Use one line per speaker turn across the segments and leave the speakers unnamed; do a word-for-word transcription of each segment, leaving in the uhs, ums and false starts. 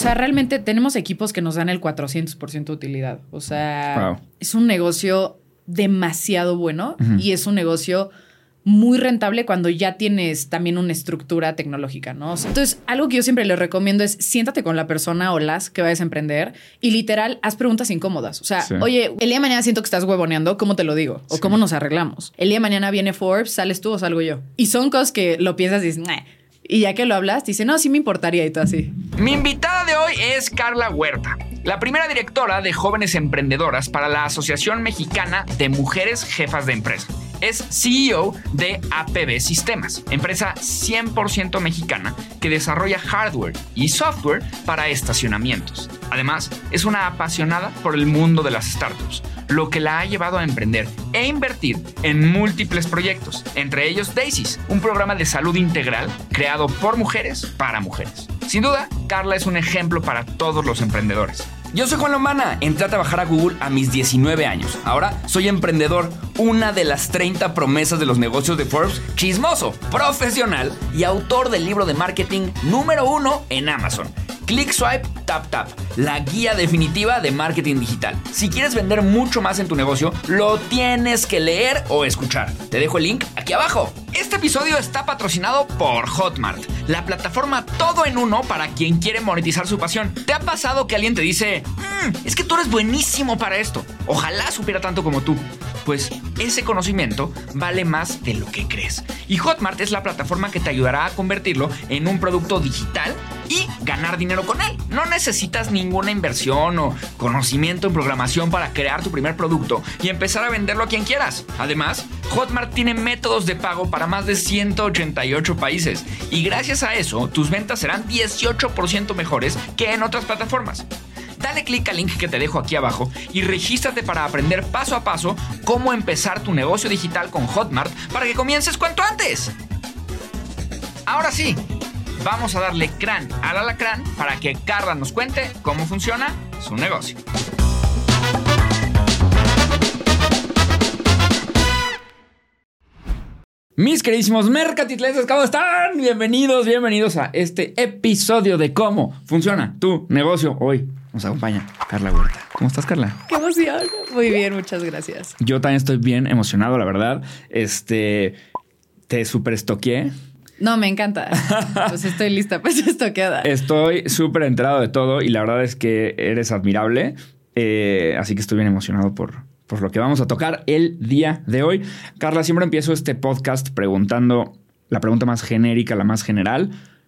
sea, realmente tenemos equipos que nos dan el cuatrocientos por ciento de utilidad. O sea,
wow.
es un negocio demasiado bueno uh-huh. y es un negocio muy rentable cuando ya tienes también una estructura tecnológica, ¿no? O sea, entonces, algo que yo siempre les recomiendo es siéntate con la persona o las que vayas a emprender y literal, haz preguntas incómodas. O sea, sí. oye, el día de mañana siento que estás huevoneando, ¿cómo te lo digo? O sí. ¿cómo nos arreglamos? El día de mañana viene Forbes, ¿sales tú o salgo yo? Y son cosas que lo piensas y dices, nah. Y ya que lo hablas, dice, no, sí me importaría y todo así.
Mi invitada de hoy es Carla Huerta, la primera directora de Jóvenes Emprendedoras para la Asociación Mexicana de Mujeres Jefas de Empresa. Es C E O de A P B Sistemas, empresa cien por ciento mexicana que desarrolla hardware y software para estacionamientos. Además, es una apasionada por el mundo de las startups, lo que la ha llevado a emprender e invertir en múltiples proyectos, entre ellos Daisies, un programa de salud integral creado por mujeres para mujeres. Sin duda, Carla es un ejemplo para todos los emprendedores.
Yo soy Juan Lombana, entré a trabajar a Google a mis diecinueve años. Ahora soy emprendedor, una de las treinta promesas de los negocios de Forbes, chismoso, profesional y autor del libro de marketing número uno en Amazon. Click, Swipe, Tap, Tap, la guía definitiva de marketing digital. Si quieres vender mucho más en tu negocio, lo tienes que leer o escuchar. Te dejo el link aquí abajo.
Este episodio está patrocinado por Hotmart, la plataforma todo en uno para quien quiere monetizar su pasión. ¿Te ha pasado que alguien te dice, mmm, es que tú eres buenísimo para esto? Ojalá supiera tanto como tú. Pues ese conocimiento vale más de lo que crees. Y Hotmart es la plataforma que te ayudará a convertirlo en un producto digital y ganar dinero con él. No necesitas ninguna inversión o conocimiento en programación para crear tu primer producto y empezar a venderlo a quien quieras. Además, Hotmart tiene métodos de pago para más de ciento ochenta y ocho países y gracias a eso tus ventas serán dieciocho por ciento mejores que en otras plataformas. Dale clic al link que te dejo aquí abajo y regístrate para aprender paso a paso cómo empezar tu negocio digital con Hotmart para que comiences cuanto antes. Ahora sí, vamos a darle crán al alacrán para que Carla nos cuente cómo funciona su negocio.
Mis queridísimos mercatitlenses, ¿cómo están? Bienvenidos, bienvenidos a este episodio de cómo funciona tu negocio. Hoy nos acompaña Carla Huerta. ¿Cómo estás, Carla?
¡Qué emoción! Muy bien, muchas gracias.
Yo también estoy bien emocionado, la verdad. Este, te súper estoqueé.
No, me encanta. Pues estoy lista, pues estoqueada.
Estoy súper enterado de todo y la verdad es que eres admirable. Eh, así que estoy bien emocionado por... por lo que vamos a tocar el día de hoy. Carla, siempre empiezo este podcast preguntando la pregunta más genérica, la más general,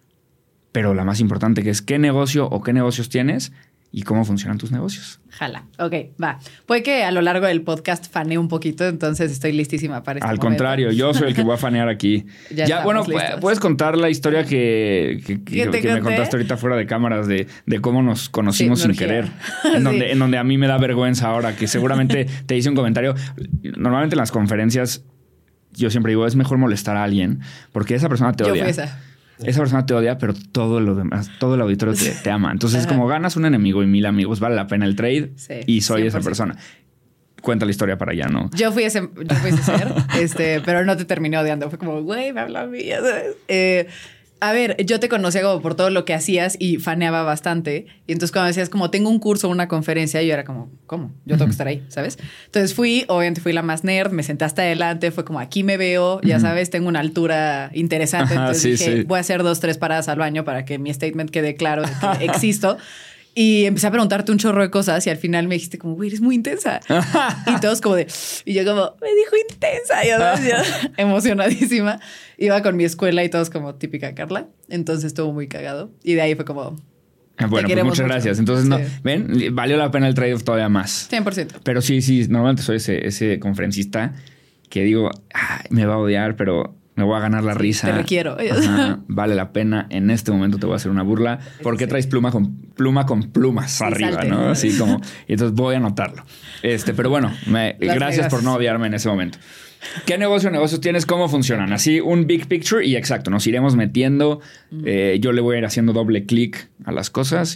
pero la más importante, que es ¿qué negocio o qué negocios tienes y cómo funcionan tus negocios?
Jala. Ok, va. Puede que a lo largo del podcast fanee un poquito, entonces estoy listísima para este
Al
momento.
contrario, yo soy el que voy a fanear aquí.
Ya,
ya bueno,
listos.
Puedes contar la historia que, que, que, que me contaste ahorita fuera de cámaras de, de cómo nos conocimos sí, sin querer. En, sí. donde, en donde a mí me da vergüenza ahora, que seguramente te hice un comentario. Normalmente en las conferencias yo siempre digo, es mejor molestar a alguien porque esa persona te odia.
Yo fui esa.
Esa persona te odia, pero todo lo demás, todo el auditorio te, te ama. Entonces, como ganas un enemigo y mil amigos, vale la pena el trade sí, y soy cien por ciento esa persona. Cuenta la historia para allá, ¿no?
Yo fui ese, yo fui ese ser, este, pero no te terminé odiando. Fue como, güey, me habla a mí, ¿sabes? Eh, a ver, yo te conocía como por todo lo que hacías y faneaba bastante. Y entonces cuando decías como tengo un curso o una conferencia, yo era como, ¿cómo? Yo tengo uh-huh. que estar ahí, ¿sabes? Entonces fui, obviamente fui la más nerd, me senté hasta adelante, fue como aquí me veo, ya uh-huh. sabes, tengo una altura interesante.
Ajá,
entonces
sí,
dije,
sí.
voy a hacer dos, tres paradas al baño para que mi statement quede claro de que existo. Y empecé a preguntarte un chorro de cosas y al final me dijiste como, güey, eres muy intensa. Y todos como de... Y yo como, me dijo intensa. Y yo, yo emocionadísima. Iba con mi escuela y todos como típica Carla. Entonces estuvo muy cagado. Y de ahí fue como...
Bueno, pues muchas mucho. gracias. Entonces, sí. no, ven, valió la pena el trade-off todavía más.
cien por ciento.
Pero sí, sí, normalmente soy ese, ese conferencista que digo, ay, me va a odiar, pero... me voy a ganar la sí, risa.
Te requiero.
Ajá, vale la pena. En este momento te voy a hacer una burla. ¿Por qué sí. traes pluma con pluma con plumas sí, arriba, salte. ¿no? Así como... Y entonces voy a anotarlo. Este, pero bueno, me, gracias megas. por no odiarme en ese momento. ¿Qué negocio o negocios tienes? ¿Cómo funcionan? Así un big picture y exacto. Nos iremos metiendo. Mm. Eh, yo le voy a ir haciendo doble clic a las cosas y...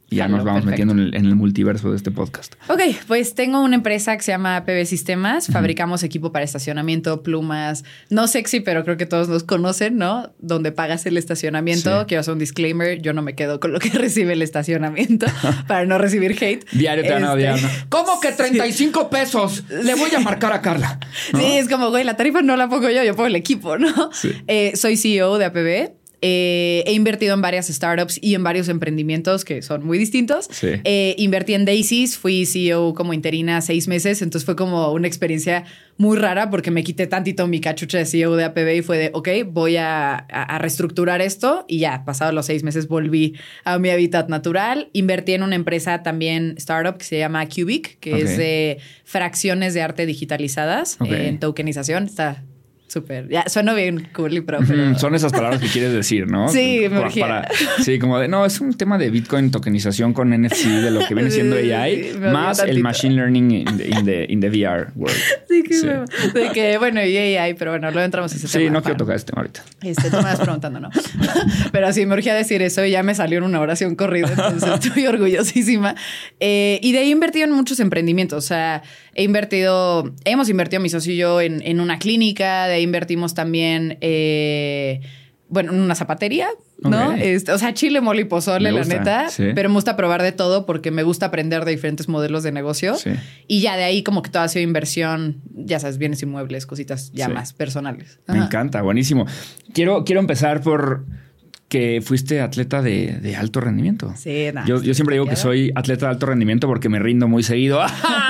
Y ya nos vamos
perfecto.
metiendo en el, en el multiverso de este podcast.
Ok, pues tengo una empresa que se llama P B Sistemas. Uh-huh. Fabricamos equipo para estacionamiento, plumas. No sexy, pero creo que todos nos conocen, ¿no? Donde pagas el estacionamiento. Sí. Quiero hacer un disclaimer. Yo no me quedo con lo que recibe el estacionamiento para no recibir hate.
Diario te van a odiar, ¿no?
¿Cómo que treinta y cinco pesos? Le voy a marcar a Carla,
¿no? Sí, es como, güey, la tarifa no la pongo yo, yo pongo el equipo, ¿no? Sí. Eh, soy C E O de A P B. Eh, he invertido en varias startups y en varios emprendimientos que son muy distintos.
Sí.
Eh, invertí en Daisies, fui C E O como interina seis meses, entonces fue como una experiencia muy rara porque me quité tantito mi cachucha de C E O de A P B y fue de, ok, voy a, a, a reestructurar esto y ya, pasados los seis meses volví a mi hábitat natural. Invertí en una empresa también startup que se llama Cubic, que okay. es de fracciones de arte digitalizadas okay. eh, en tokenización. Está... Súper. Ya, suena bien cool y pro, pero...
Mm, son esas palabras que quieres decir, ¿no?
Sí, me
para, para, Sí, como de... No, es un tema de Bitcoin tokenización con N F C de lo que viene siendo A I, sí, más el Machine Learning in the, in the, in the V R world.
Sí, que sí. De que, bueno, y A I, pero bueno, luego entramos en ese
sí,
tema.
Sí, no
para...
quiero tocar este tema ahorita.
Este, tú me vas preguntando, ¿no? Pero sí, me urgía decir eso y ya me salió en una oración corrida, entonces estoy orgullosísima. Eh, y de ahí he invertido en muchos emprendimientos. O sea, he invertido... Hemos invertido, mi socio y yo, en, en una clínica. De ahí invertimos también Eh, bueno, en una zapatería, ¿no?
Okay.
Este, o sea, chile, mole y pozole,
me gusta,
la neta.
Sí.
Pero me gusta probar de todo porque me gusta aprender de diferentes modelos de negocio.
Sí.
Y ya de ahí como que todo ha sido inversión, ya sabes, bienes inmuebles, cositas ya sí. más personales.
Ajá. Me encanta, buenísimo. Quiero, quiero empezar por que fuiste atleta de, de alto rendimiento.
Sí, nada.
Yo, yo siempre digo que soy atleta de alto rendimiento porque me rindo muy seguido.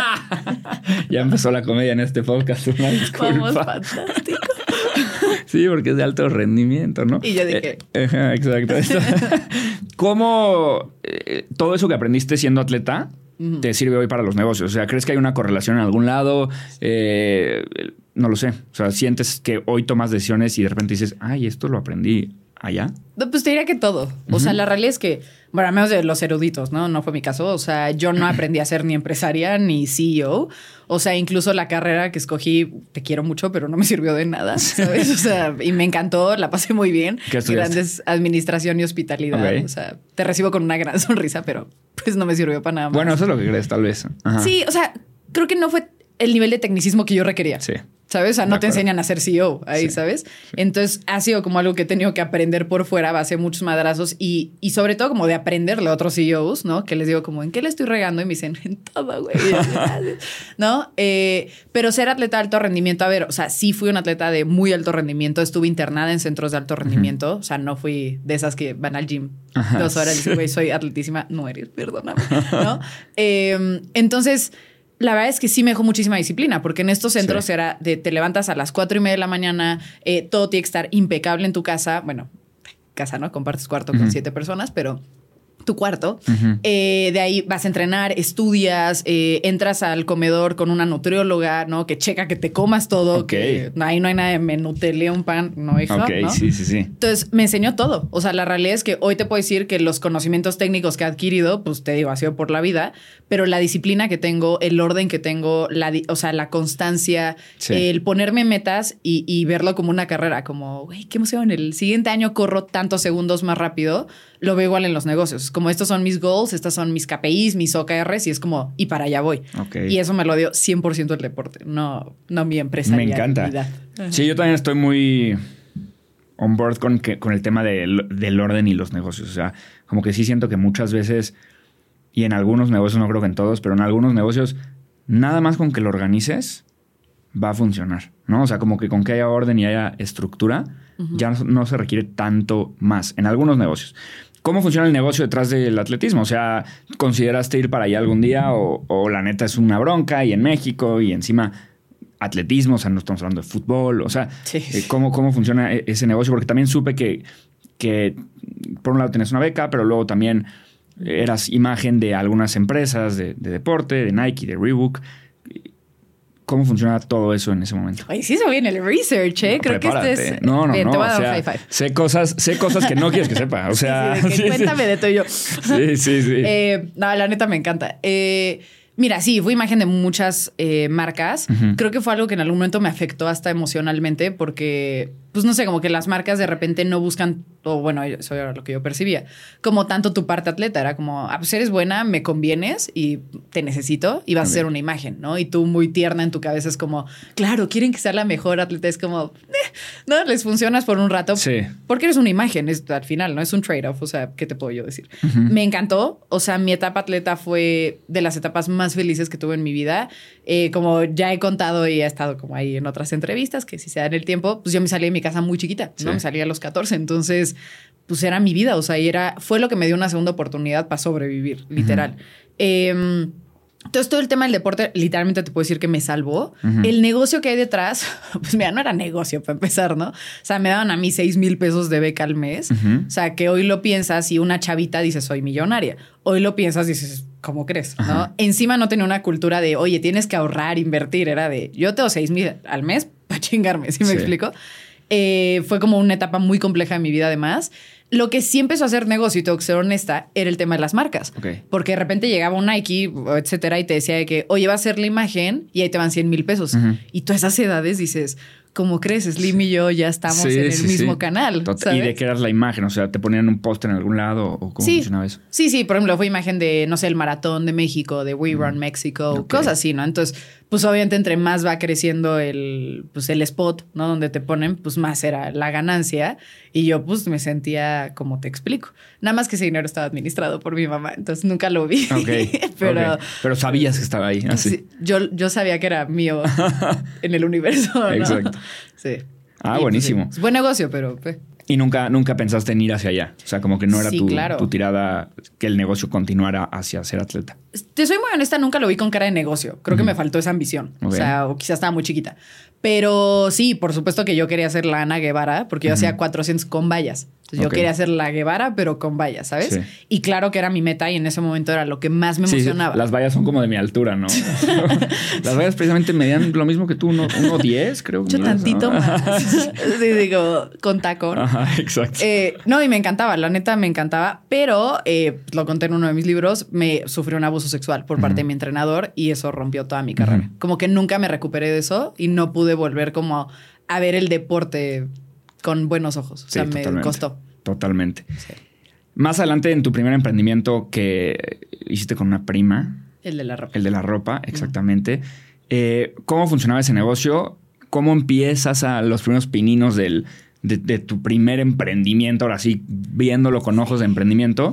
Ya empezó la comedia en este podcast. Una disculpa.
Vamos, fantástico.
Sí, porque es de alto rendimiento, ¿no?
Y yo dije...
Eh, ajá, exacto. ¿Cómo eh, todo eso que aprendiste siendo atleta uh-huh. te sirve hoy para los negocios? O sea, ¿crees que hay una correlación en algún lado? Eh, no lo sé. O sea, ¿sientes que hoy tomas decisiones y de repente dices, ay, esto lo aprendí allá?
No, pues te diría que todo. O uh-huh. sea, la realidad es que, bueno, a menos de los eruditos, ¿no? No fue mi caso. O sea, yo no aprendí a ser ni empresaria ni C E O. O sea, incluso la carrera que escogí, te quiero mucho, pero no me sirvió de nada, ¿sabes? O sea, y me encantó, la pasé muy bien.
¿Qué estudiaste?
Grandes administración y hospitalidad. Okay. O sea, te recibo con una gran sonrisa, pero pues no me sirvió para nada más.
Bueno, eso es lo que crees, tal vez. Ajá.
Sí, o sea, creo que no fue el nivel de tecnicismo que yo requería.
Sí.
¿Sabes? O sea, no te enseñan a ser C E O ahí, sí, ¿sabes? Sí. Entonces, ha sido como algo que he tenido que aprender por fuera a base de muchos madrazos y, y sobre todo como de aprenderle a otros C E Os, ¿no? Que les digo como, ¿en qué le estoy regando? Y me dicen, en todo, güey. ¿No? Eh, pero ser atleta de alto rendimiento, a ver, o sea, sí fui un atleta de muy alto rendimiento. Estuve internada en centros de alto rendimiento. Uh-huh. O sea, no fui de esas que van al gym Ajá, dos horas y dicen, güey, soy atletísima. No eres, perdóname, ¿no? eh, entonces... La verdad es que sí me dejó muchísima disciplina, porque en estos centros sí. era de te levantas a las cuatro y media de la mañana, eh, todo tiene que estar impecable en tu casa. Bueno, casa, ¿no? Compartes cuarto uh-huh. con siete personas, pero tu cuarto. Uh-huh. Eh, de ahí vas a entrenar, estudias, eh, entras al comedor con una nutrióloga, ¿no? Que checa que te comas todo.
Okay.
Que ahí no hay nada de menutele, un pan, no, hija,
Ok,
¿no?
sí, sí, sí.
Entonces, me enseñó todo. O sea, la realidad es que hoy te puedo decir que los conocimientos técnicos que he adquirido, pues te digo, ha sido por la vida, pero la disciplina que tengo, el orden que tengo, la, o sea, la constancia, sí. el ponerme metas y, y verlo como una carrera, como, güey, qué emoción, el siguiente año corro tantos segundos más rápido, lo veo igual en los negocios. Como estos son mis goals, estas son mis K P Is, mis O K Rs y es como, y para allá voy.
Okay.
Y eso me lo dio cien por ciento el deporte, no, no mi empresa.
Me encanta. Sí, yo también estoy muy on board con, que, con el tema del, del orden y los negocios. O sea, como que sí siento que muchas veces, y en algunos negocios, no creo que en todos, pero en algunos negocios, nada más con que lo organices va a funcionar, ¿no? O sea, como que con que haya orden y haya estructura, uh-huh. ya no, no se requiere tanto más en algunos negocios. ¿Cómo funciona el negocio detrás del atletismo? O sea, ¿consideraste ir para allá algún día o, o la neta es una bronca y en México y encima atletismo? O sea, no estamos hablando de fútbol. O sea,
sí.
eh, ¿cómo, ¿cómo funciona ese negocio? Porque también supe que, que por un lado tenías una beca, pero luego también eras imagen de algunas empresas de, de deporte, de Nike, de Reebok. ¿Cómo funciona todo eso en ese momento?
Ay, sí hizo bien el research, ¿eh?
No,
Creo
prepárate.
que este es...
No, no,
bien,
no.
Te voy a dar
o sea,
un high five.
Sé cosas, sé cosas que no quieres que sepa. O sea...
Sí, sí, de que
sí,
cuéntame
sí.
de todo yo.
Sí, sí, sí.
Eh, no, la neta me encanta. Eh, Mira, sí, fue imagen de muchas eh, marcas. Uh-huh. Creo que fue algo que en algún momento me afectó hasta emocionalmente porque, pues no sé, como que las marcas de repente no buscan, o bueno, eso era lo que yo percibía, como tanto tu parte atleta. Era como, ah, pues eres buena, me convienes y te necesito y vas okay. a ser una imagen, ¿no? Y tú muy tierna en tu cabeza es como, claro, quieren que sea la mejor atleta. Es como, eh, no, les funcionas por un rato.
Sí.
Porque eres una imagen, es, al final, no es un trade-off. O sea, ¿qué te puedo yo decir? Uh-huh. Me encantó. O sea, mi etapa atleta fue de las etapas más felices que tuve en mi vida. Eh, como ya he contado y he estado como ahí en otras entrevistas, que si se dan el tiempo, pues yo me salí de mi casa muy chiquita, ¿no? Sí. Me salí a los catorce, entonces pues era mi vida, o sea, y era, fue lo que me dio una segunda oportunidad para sobrevivir, literal. Uh-huh. Eh, entonces todo el tema del deporte, literalmente te puedo decir que me salvó. Uh-huh. El negocio que hay detrás, pues mira, no era negocio para empezar, ¿no? O sea, me daban a mí seis mil pesos de beca al mes. Uh-huh. O sea, que hoy lo piensas y una chavita dice, soy millonaria. Hoy lo piensas y dices, ¿cómo crees? Uh-huh. ¿No? Encima no tenía una cultura de, oye, tienes que ahorrar, invertir. Era de, yo tengo seis mil al mes para chingarme, ¿sí me sí. explico? Eh, fue como una etapa muy compleja de mi vida además. Lo que sí empezó a hacer negocio, y tengo que ser honesta, era el tema de las marcas. Okay. Porque de repente llegaba un Nike, etcétera, y te decía de que, oye, va a ser la imagen y ahí te van cien mil pesos. Uh-huh. Y tú a esas edades dices, ¿cómo crees? Slim y yo ya estamos sí, en el sí, mismo sí. canal. ¿sabes?
¿Y de qué era la imagen? O sea, ¿te ponían un póster en algún lado o cómo
sí.
funcionaba eso?
Sí, sí. Por ejemplo, fue imagen de, no sé, el Maratón de México, de We Run uh-huh. México, okay. cosas así, ¿no? Entonces, pues obviamente entre más va creciendo el, pues, el spot, ¿no? Donde te ponen, pues más era la ganancia. Y yo, pues, me sentía como te explico. Nada más que ese dinero estaba administrado por mi mamá, entonces nunca lo vi.
Okay.
pero,
okay. pero sabías que estaba ahí. Así.
Sí, yo, yo sabía que era mío en el universo, ¿no?
Exacto.
Sí.
Ah, y, buenísimo.
Pues, sí. Buen negocio, pero... Pues.
Y nunca, nunca pensaste en ir hacia allá. O sea, como que no era
sí,
tu,
claro.
tu tirada que el negocio continuara hacia ser atleta.
Te soy muy honesta, nunca lo vi con cara de negocio. Creo uh-huh. que me faltó esa ambición. Okay. O sea, o quizás estaba muy chiquita. Pero sí, por supuesto que yo quería ser la Ana Guevara porque yo uh-huh. hacía cuatrocientos con vallas. Entonces okay. yo quería ser la Guevara, pero con vallas, ¿sabes? Sí. Y claro que era mi meta y en ese momento era lo que más me emocionaba.
Sí, las vallas son como de mi altura, ¿no? Las vallas precisamente medían lo mismo que tú, uno, uno diez, creo.
Yo miras, tantito ¿no? más. Sí, digo, con tacón.
Ajá, exacto.
Eh, no, y me encantaba, la neta me encantaba, pero eh, lo conté en uno de mis libros, me sufrí un abuso sexual por uh-huh. parte de mi entrenador y eso rompió toda mi carrera. Uh-huh. Como que nunca me recuperé de eso y no pude volver como a ver el deporte con buenos ojos. O sea, sí, me totalmente, costó.
Totalmente. Sí. Más adelante en tu primer emprendimiento que hiciste con una prima.
El de la ropa.
El de la ropa, exactamente. Uh-huh. Eh, ¿Cómo funcionaba ese negocio? ¿Cómo empiezas a los primeros pininos del, de, de tu primer emprendimiento? Ahora sí, viéndolo con ojos de emprendimiento.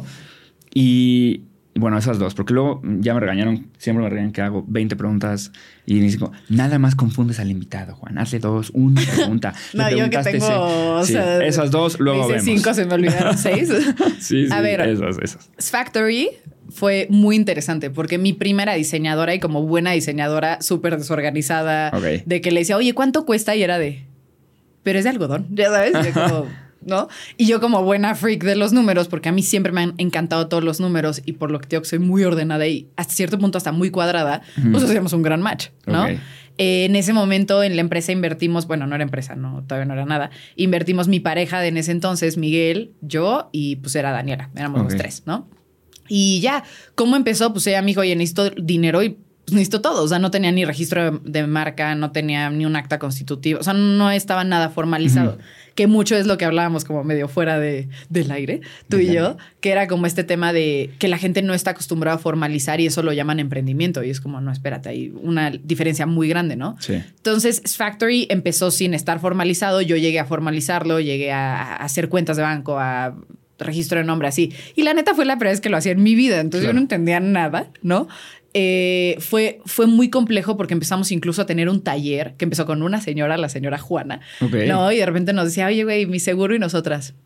Y... Bueno, esas dos, porque luego ya me regañaron, siempre me regañan que hago veinte preguntas y digo, nada más confundes al invitado, Juan. Hazle dos, una pregunta.
No, yo que tengo, o
sí,
sea,
esas dos, luego vemos.
cinco, se me olvidaron seis.
sí, sí,
a ver,
esas, esas.
Factory fue muy interesante porque mi prima era diseñadora y como buena diseñadora, súper desorganizada, okay. de que le decía, oye, ¿cuánto cuesta? Y era de, pero es de algodón, ya sabes, de como... ¿no? Y yo como buena freak de los números, porque a mí siempre me han encantado todos los números y por lo que digo que soy muy ordenada y hasta cierto punto hasta muy cuadrada, uh-huh. pues hacíamos un gran match, ¿no? Okay. Eh, en ese momento en la empresa invertimos, bueno, no era empresa, no, todavía no era nada, invertimos mi pareja de en ese entonces, Miguel, yo y pues era Daniela, éramos okay. los tres, ¿no? Y ya, ¿cómo empezó? Pues ella me dijo, oye, necesito dinero y pues necesito todo. O sea, no tenía ni registro de, de marca, no tenía ni un acta constitutivo. O sea, no estaba nada formalizado. Uh-huh. Que mucho es lo que hablábamos como medio fuera de, del aire, tú y yo, que era como este tema de que la gente no está acostumbrada a formalizar y eso lo llaman emprendimiento. Y es como, no, espérate, hay una diferencia muy grande, ¿no?
Sí.
Entonces, Factory empezó sin estar formalizado. Yo llegué a formalizarlo, llegué a, a hacer cuentas de banco, a registro de nombre, así. Y la neta fue la primera vez que lo hacía en mi vida. Entonces claro. yo no entendía nada, ¿no? Eh, fue, fue muy complejo porque empezamos incluso a tener un taller que empezó con una señora, la señora Juana, okay. ¿no? Y de repente nos decía, oye, güey, mi seguro y nosotras.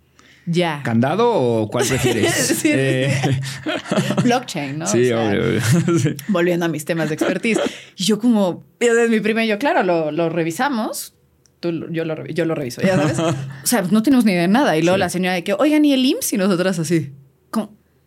Ya.
¿Candado o cuál prefieres?
sí, eh. Blockchain, ¿no?
Sí, o sea, obvio, obvio. Sí.
Volviendo a mis temas de expertise. Y yo como, desde mi prima y yo, claro, lo, lo revisamos. Tú, yo, lo, yo lo reviso, ya sabes. O sea, no tenemos ni idea de nada. Y luego sí. la señora de que, oigan, ¿y el I M S S? Y nosotras así, ¿cómo?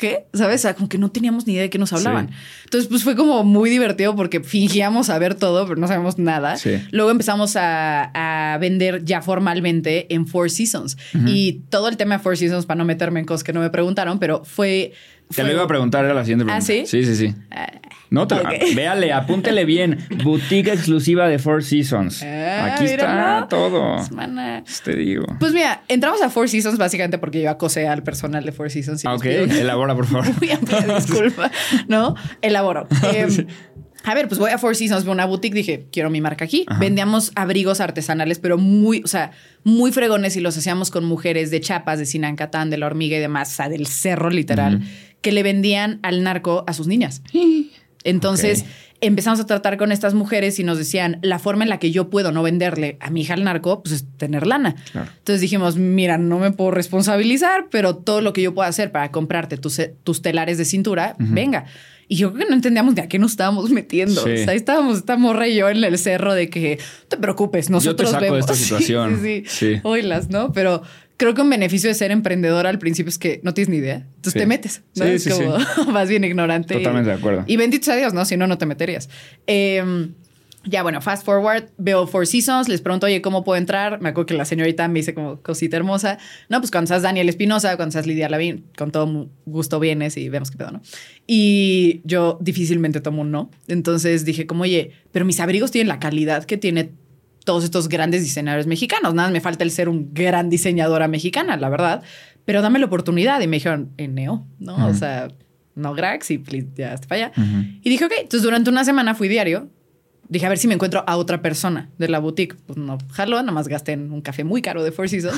¿qué? ¿Sabes? O sea, como que no teníamos ni idea de qué nos hablaban.
Sí.
Entonces, pues fue como muy divertido porque fingíamos saber todo, pero no sabemos nada.
Sí.
Luego empezamos a, a vender ya formalmente en Four Seasons. Uh-huh. Y todo el tema de Four Seasons, para no meterme en cosas que no me preguntaron, pero fue...
Te
fue...
lo iba a preguntar, era la siguiente pregunta.
¿Ah, sí?
Sí, sí, sí.
Uh,
no, te
okay.
lo, véale, apúntele bien. Boutique exclusiva de Four Seasons.
Ah,
Aquí
mira,
está
no.
todo.
Semana.
Te digo.
Pues mira, entramos a Four Seasons básicamente porque yo acosé al personal de Four Seasons. Y
ah, ok, elabora, por favor.
Muy amplia disculpa, ¿no? Elaboro. Eh, sí. A ver, pues voy a Four Seasons, veo una boutique, dije, quiero mi marca aquí. Ajá. Vendíamos abrigos artesanales, pero muy, o sea, muy fregones y los hacíamos con mujeres de Chiapas, de Sinancatán, de La Hormiga y demás, o sea, del cerro literal, uh-huh. que le vendían al narco a sus niñas. Entonces... Okay. Empezamos a tratar con estas mujeres y nos decían, la forma en la que yo puedo no venderle a mi hija al narco, pues es tener lana. Claro. Entonces dijimos, mira, no me puedo responsabilizar, pero todo lo que yo pueda hacer para comprarte tus, tus telares de cintura, uh-huh. venga. Y yo creo que no entendíamos de a qué nos estábamos metiendo. Sí. O sea, ahí estábamos, esta morra y yo en el cerro de que no te preocupes, nosotros
yo te saco
vemos.
de esta situación.
Sí, sí, sí. sí. Oilas, ¿no? Pero creo que un beneficio de ser emprendedor al principio es que no tienes ni idea. Entonces sí. te metes, ¿no? Sí, es sí, como sí. vas bien ignorante.
Totalmente
y,
de acuerdo.
Y bendito sea Dios, ¿no? Si no, no te meterías. Eh, ya, bueno, fast forward, veo Four Seasons, les pregunto, oye, ¿cómo puedo entrar? Me acuerdo que la señorita me dice como cosita hermosa. No, pues cuando seas Daniel Espinosa, cuando seas Lidia Lavín, con todo gusto vienes y vemos qué pedo, ¿no? Y yo difícilmente tomo un no. Entonces dije como, oye, pero mis abrigos tienen la calidad que tiene todos estos grandes diseñadores mexicanos. Nada, me falta el ser un gran diseñadora mexicana, la verdad. Pero dame la oportunidad. Y me dijeron, en Neo, ¿no? Uh-huh. O sea, no Grax y please, ya está para allá. Uh-huh. Y dije, ok. Entonces, durante una semana fui diario. Dije, a ver si me encuentro a otra persona de la boutique. Pues no, jalo, nada más gasté en un café muy caro de Four Seasons.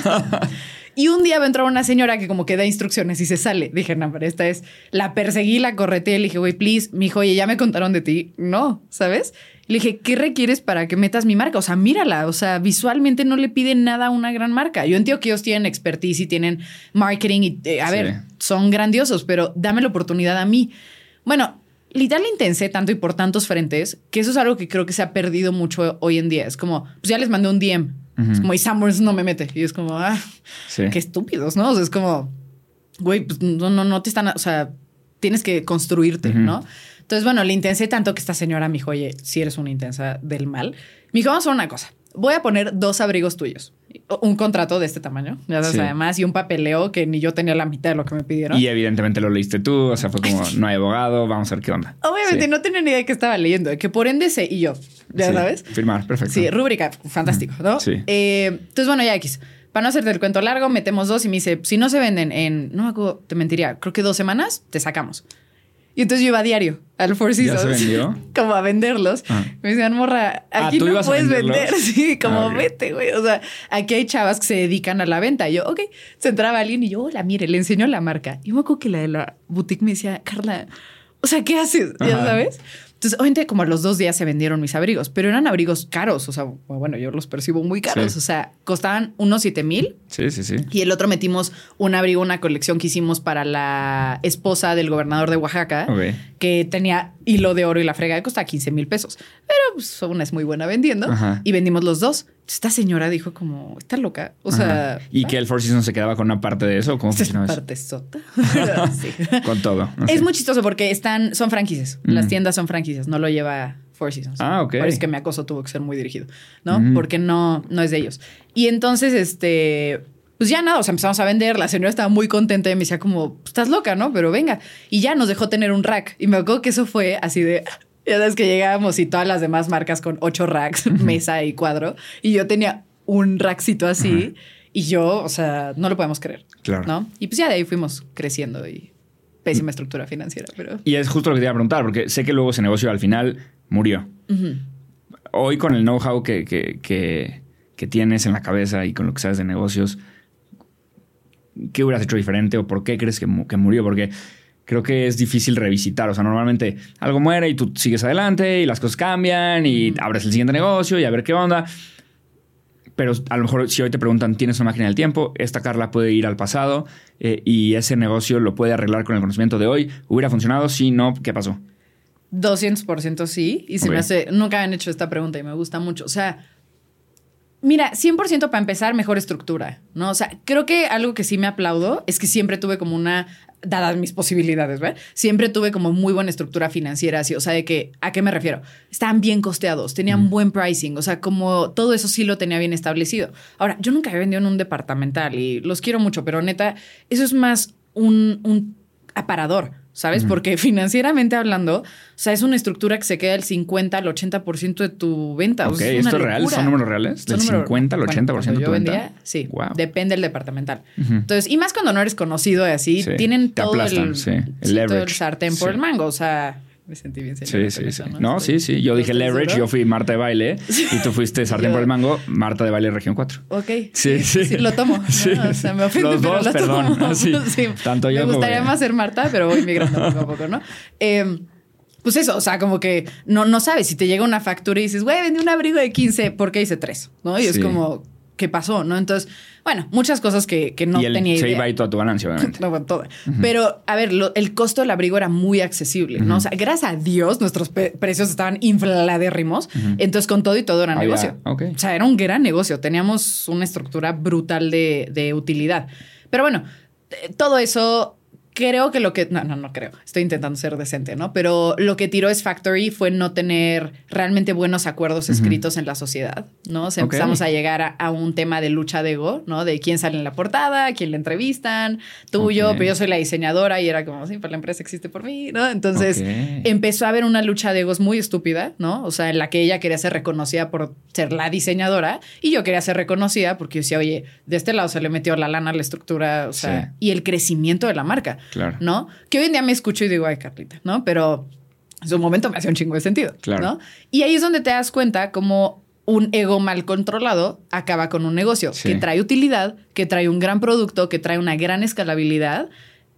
Y un día va a entrar una señora que como que da instrucciones y se sale. Dije, no, pero esta es... La perseguí, la correteé. Le dije, güey, please. Me dijo, oye, ya me contaron de ti. No, ¿sabes? Le dije, ¿qué requieres para que metas mi marca? O sea, mírala. O sea, visualmente no le piden nada a una gran marca. Yo entiendo que ellos tienen expertise y tienen marketing. Y, eh, a sí. ver, son grandiosos, pero dame la oportunidad a mí. Bueno... Literal le intensé tanto y por tantos frentes que eso es algo que creo que se ha perdido mucho hoy en día. Es como, pues ya les mandé un D M. Uh-huh. Es como, y Summers no me mete. Y es como, ah, sí. qué estúpidos, ¿no? O sea, es como, güey, pues no, no, no te están... O sea, tienes que construirte, uh-huh. ¿no? Entonces, bueno, le intensé tanto que esta señora me dijo, oye, si eres una intensa del mal. Me dijo, vamos a hacer una cosa. Voy a poner dos abrigos tuyos. Un contrato de este tamaño, ya sabes, sí. además, y un papeleo que ni yo tenía la mitad de lo que me pidieron.
Y evidentemente lo leíste tú, o sea, fue como, no hay abogado, vamos a ver qué onda.
Obviamente
sí.
no tenía ni idea de qué estaba leyendo, de que por ende sé, y yo, ya
sí.
sabes.
Firmar, perfecto.
Sí, rúbrica, fantástico, ¿no?
Sí.
Eh, entonces, bueno, ya X. Para no hacerte el cuento largo, metemos dos y me dice, si no se venden en, no me acuerdo, te mentiría, creo que dos semanas, te sacamos. Y entonces yo iba a diario al Four Seasons.
¿Ya se vendió?
Como a venderlos. Ah. Me decían, morra, aquí ah, no puedes vender. Sí, como ah, okay. vete, güey. O sea, aquí hay chavas que se dedican a la venta. Y yo, ok. Se entraba alguien y yo, hola, mire, le enseñó la marca. Y me acuerdo que la de la boutique me decía, Carla, o sea, ¿qué haces? Ajá. Ya sabes. Entonces, obviamente, como a los dos días se vendieron mis abrigos, pero eran abrigos caros. O sea, bueno, yo los percibo muy caros. Sí. O sea, costaban unos siete mil.
Sí, sí, sí.
Y el otro metimos un abrigo, una colección que hicimos para la esposa del gobernador de Oaxaca, okay. que tenía hilo de oro y la fregada, costaba quince mil pesos. Pero pues, una es muy buena vendiendo. Ajá. Y vendimos los dos. Esta señora dijo como, está loca. O Ajá. sea...
¿Y ¿ah? que el Four Seasons se quedaba con una parte de eso? ¿Cómo funcionaba eso?
Parte sota. Sí.
Con todo.
No es sé. Muy chistoso porque están, son franquicias. Mm. Las tiendas son franquicias. No lo lleva Four Seasons.
Ah, ok.
Por eso es que mi acoso tuvo que ser muy dirigido, ¿no? Mm. Porque no, no es de ellos. Y entonces, este... Pues ya nada, o sea, empezamos a vender. La señora estaba muy contenta y me decía como, estás loca, ¿no? Pero venga. Y ya nos dejó tener un rack. Y me acuerdo que eso fue así de... Ya sabes que llegábamos y todas las demás marcas con ocho racks, mesa y cuadro. Y yo tenía un rackcito así. Uh-huh. Y yo, o sea, no lo podemos creer.
Claro.
¿No? Y pues ya de ahí fuimos creciendo y pésima estructura financiera. Pero...
Y es justo lo que te iba a preguntar, porque sé que luego ese negocio al final murió. Uh-huh. Hoy con el know-how que, que, que, que tienes en la cabeza y con lo que sabes de negocios, ¿qué hubieras hecho diferente o por qué crees que, que murió? Porque... creo que es difícil revisitar. O sea, normalmente algo muere y tú sigues adelante y las cosas cambian y mm. abres el siguiente negocio y a ver qué onda. Pero a lo mejor si hoy te preguntan, ¿tienes una máquina del tiempo? Esta Carla puede ir al pasado eh, y ese negocio lo puede arreglar con el conocimiento de hoy. ¿Hubiera funcionado? Sí, no. ¿Qué pasó?
doscientos por ciento sí. Y se okay. me hace... Nunca han hecho esta pregunta y me gusta mucho. O sea... Mira, cien por ciento para empezar, mejor estructura, ¿no? O sea, creo que algo que sí me aplaudo es que siempre tuve como una, dadas mis posibilidades, ¿verdad? Siempre tuve como muy buena estructura financiera, así, o sea, de que, ¿a qué me refiero? Estaban bien costeados, tenían mm. buen pricing, o sea, como todo eso sí lo tenía bien establecido. Ahora, yo nunca había vendido en un departamental y los quiero mucho, pero neta, eso es más un, un aparador, ¿sabes? Uh-huh. Porque financieramente hablando, o sea, es una estructura que se queda el cincuenta al ochenta por ciento de tu venta.
Ok,
o sea,
es ¿esto es real? ¿Son números reales? ¿Del número, cincuenta al ochenta por ciento
bueno,
de tu
yo
venta?
vendía, sí.
Wow.
Depende del departamental. Uh-huh. Entonces, y más cuando no eres conocido y así,
sí,
tienen
te
todo
aplastan,
el,
sí, el
sí,
leverage.
todo el sartén
sí.
por el mango. O sea, me sentí bien.
Sí, sí, sí.
eso, ¿no?
No, sí, sí. Yo dije leverage,
seguro?
yo fui Marta de Baile y tú fuiste sartén
yo...
por el mango, Marta de Baile Región cuatro.
Ok.
Sí, sí.
sí lo tomo.
Sí.
No, o sea, me ofende,
Los
pero
dos,
lo
perdón.
tomo.
Sí.
sí.
Tanto yo
me gustaría
como...
más ser Marta, pero voy migrando poco a poco, ¿no? Eh, Pues eso, o sea, como que no, no sabes si te llega una factura y dices, güey, vendí un abrigo de quince, ¿por qué hice tres? ¿No? Y sí. es como, ¿qué pasó? ¿No? Entonces, bueno, muchas cosas que, que no
y el,
tenía idea.
se iba ahí toda tu ganancia, obviamente.
No, bueno, todo. Uh-huh. Pero, a ver, lo, el costo del abrigo era muy accesible, ¿no? Uh-huh. O sea, gracias a Dios, nuestros pe- precios estaban infladérrimos. Uh-huh. Entonces, con todo y todo era
ah,
negocio.
Yeah. Okay.
O sea, era un gran negocio. Teníamos una estructura brutal de, de utilidad. Pero bueno, todo eso... Creo que lo que... No, no, no creo. Estoy intentando ser decente, ¿no? Pero lo que tiró S-Factory fue no tener realmente buenos acuerdos escritos uh-huh. en la sociedad, ¿no? O sea, okay. empezamos a llegar a, a un tema de lucha de ego, ¿no? De quién sale en la portada, quién le entrevistan, tú okay. yo, pero yo soy la diseñadora y era como, sí, pues la empresa existe por mí, ¿no? Entonces okay. empezó a haber una lucha de egos muy estúpida, ¿no? O sea, en la que ella quería ser reconocida por ser la diseñadora y yo quería ser reconocida porque yo decía, oye, de este lado se le metió la lana a la estructura, o sea, sí. y el crecimiento de la marca. Claro. ¿No? Que hoy en día me escucho y digo, ay, Carlita, ¿no? Pero en su momento me hacía un chingo de sentido, claro. ¿no? Y ahí es donde te das cuenta cómo un ego mal controlado acaba con un negocio sí. que trae utilidad, que trae un gran producto, que trae una gran escalabilidad.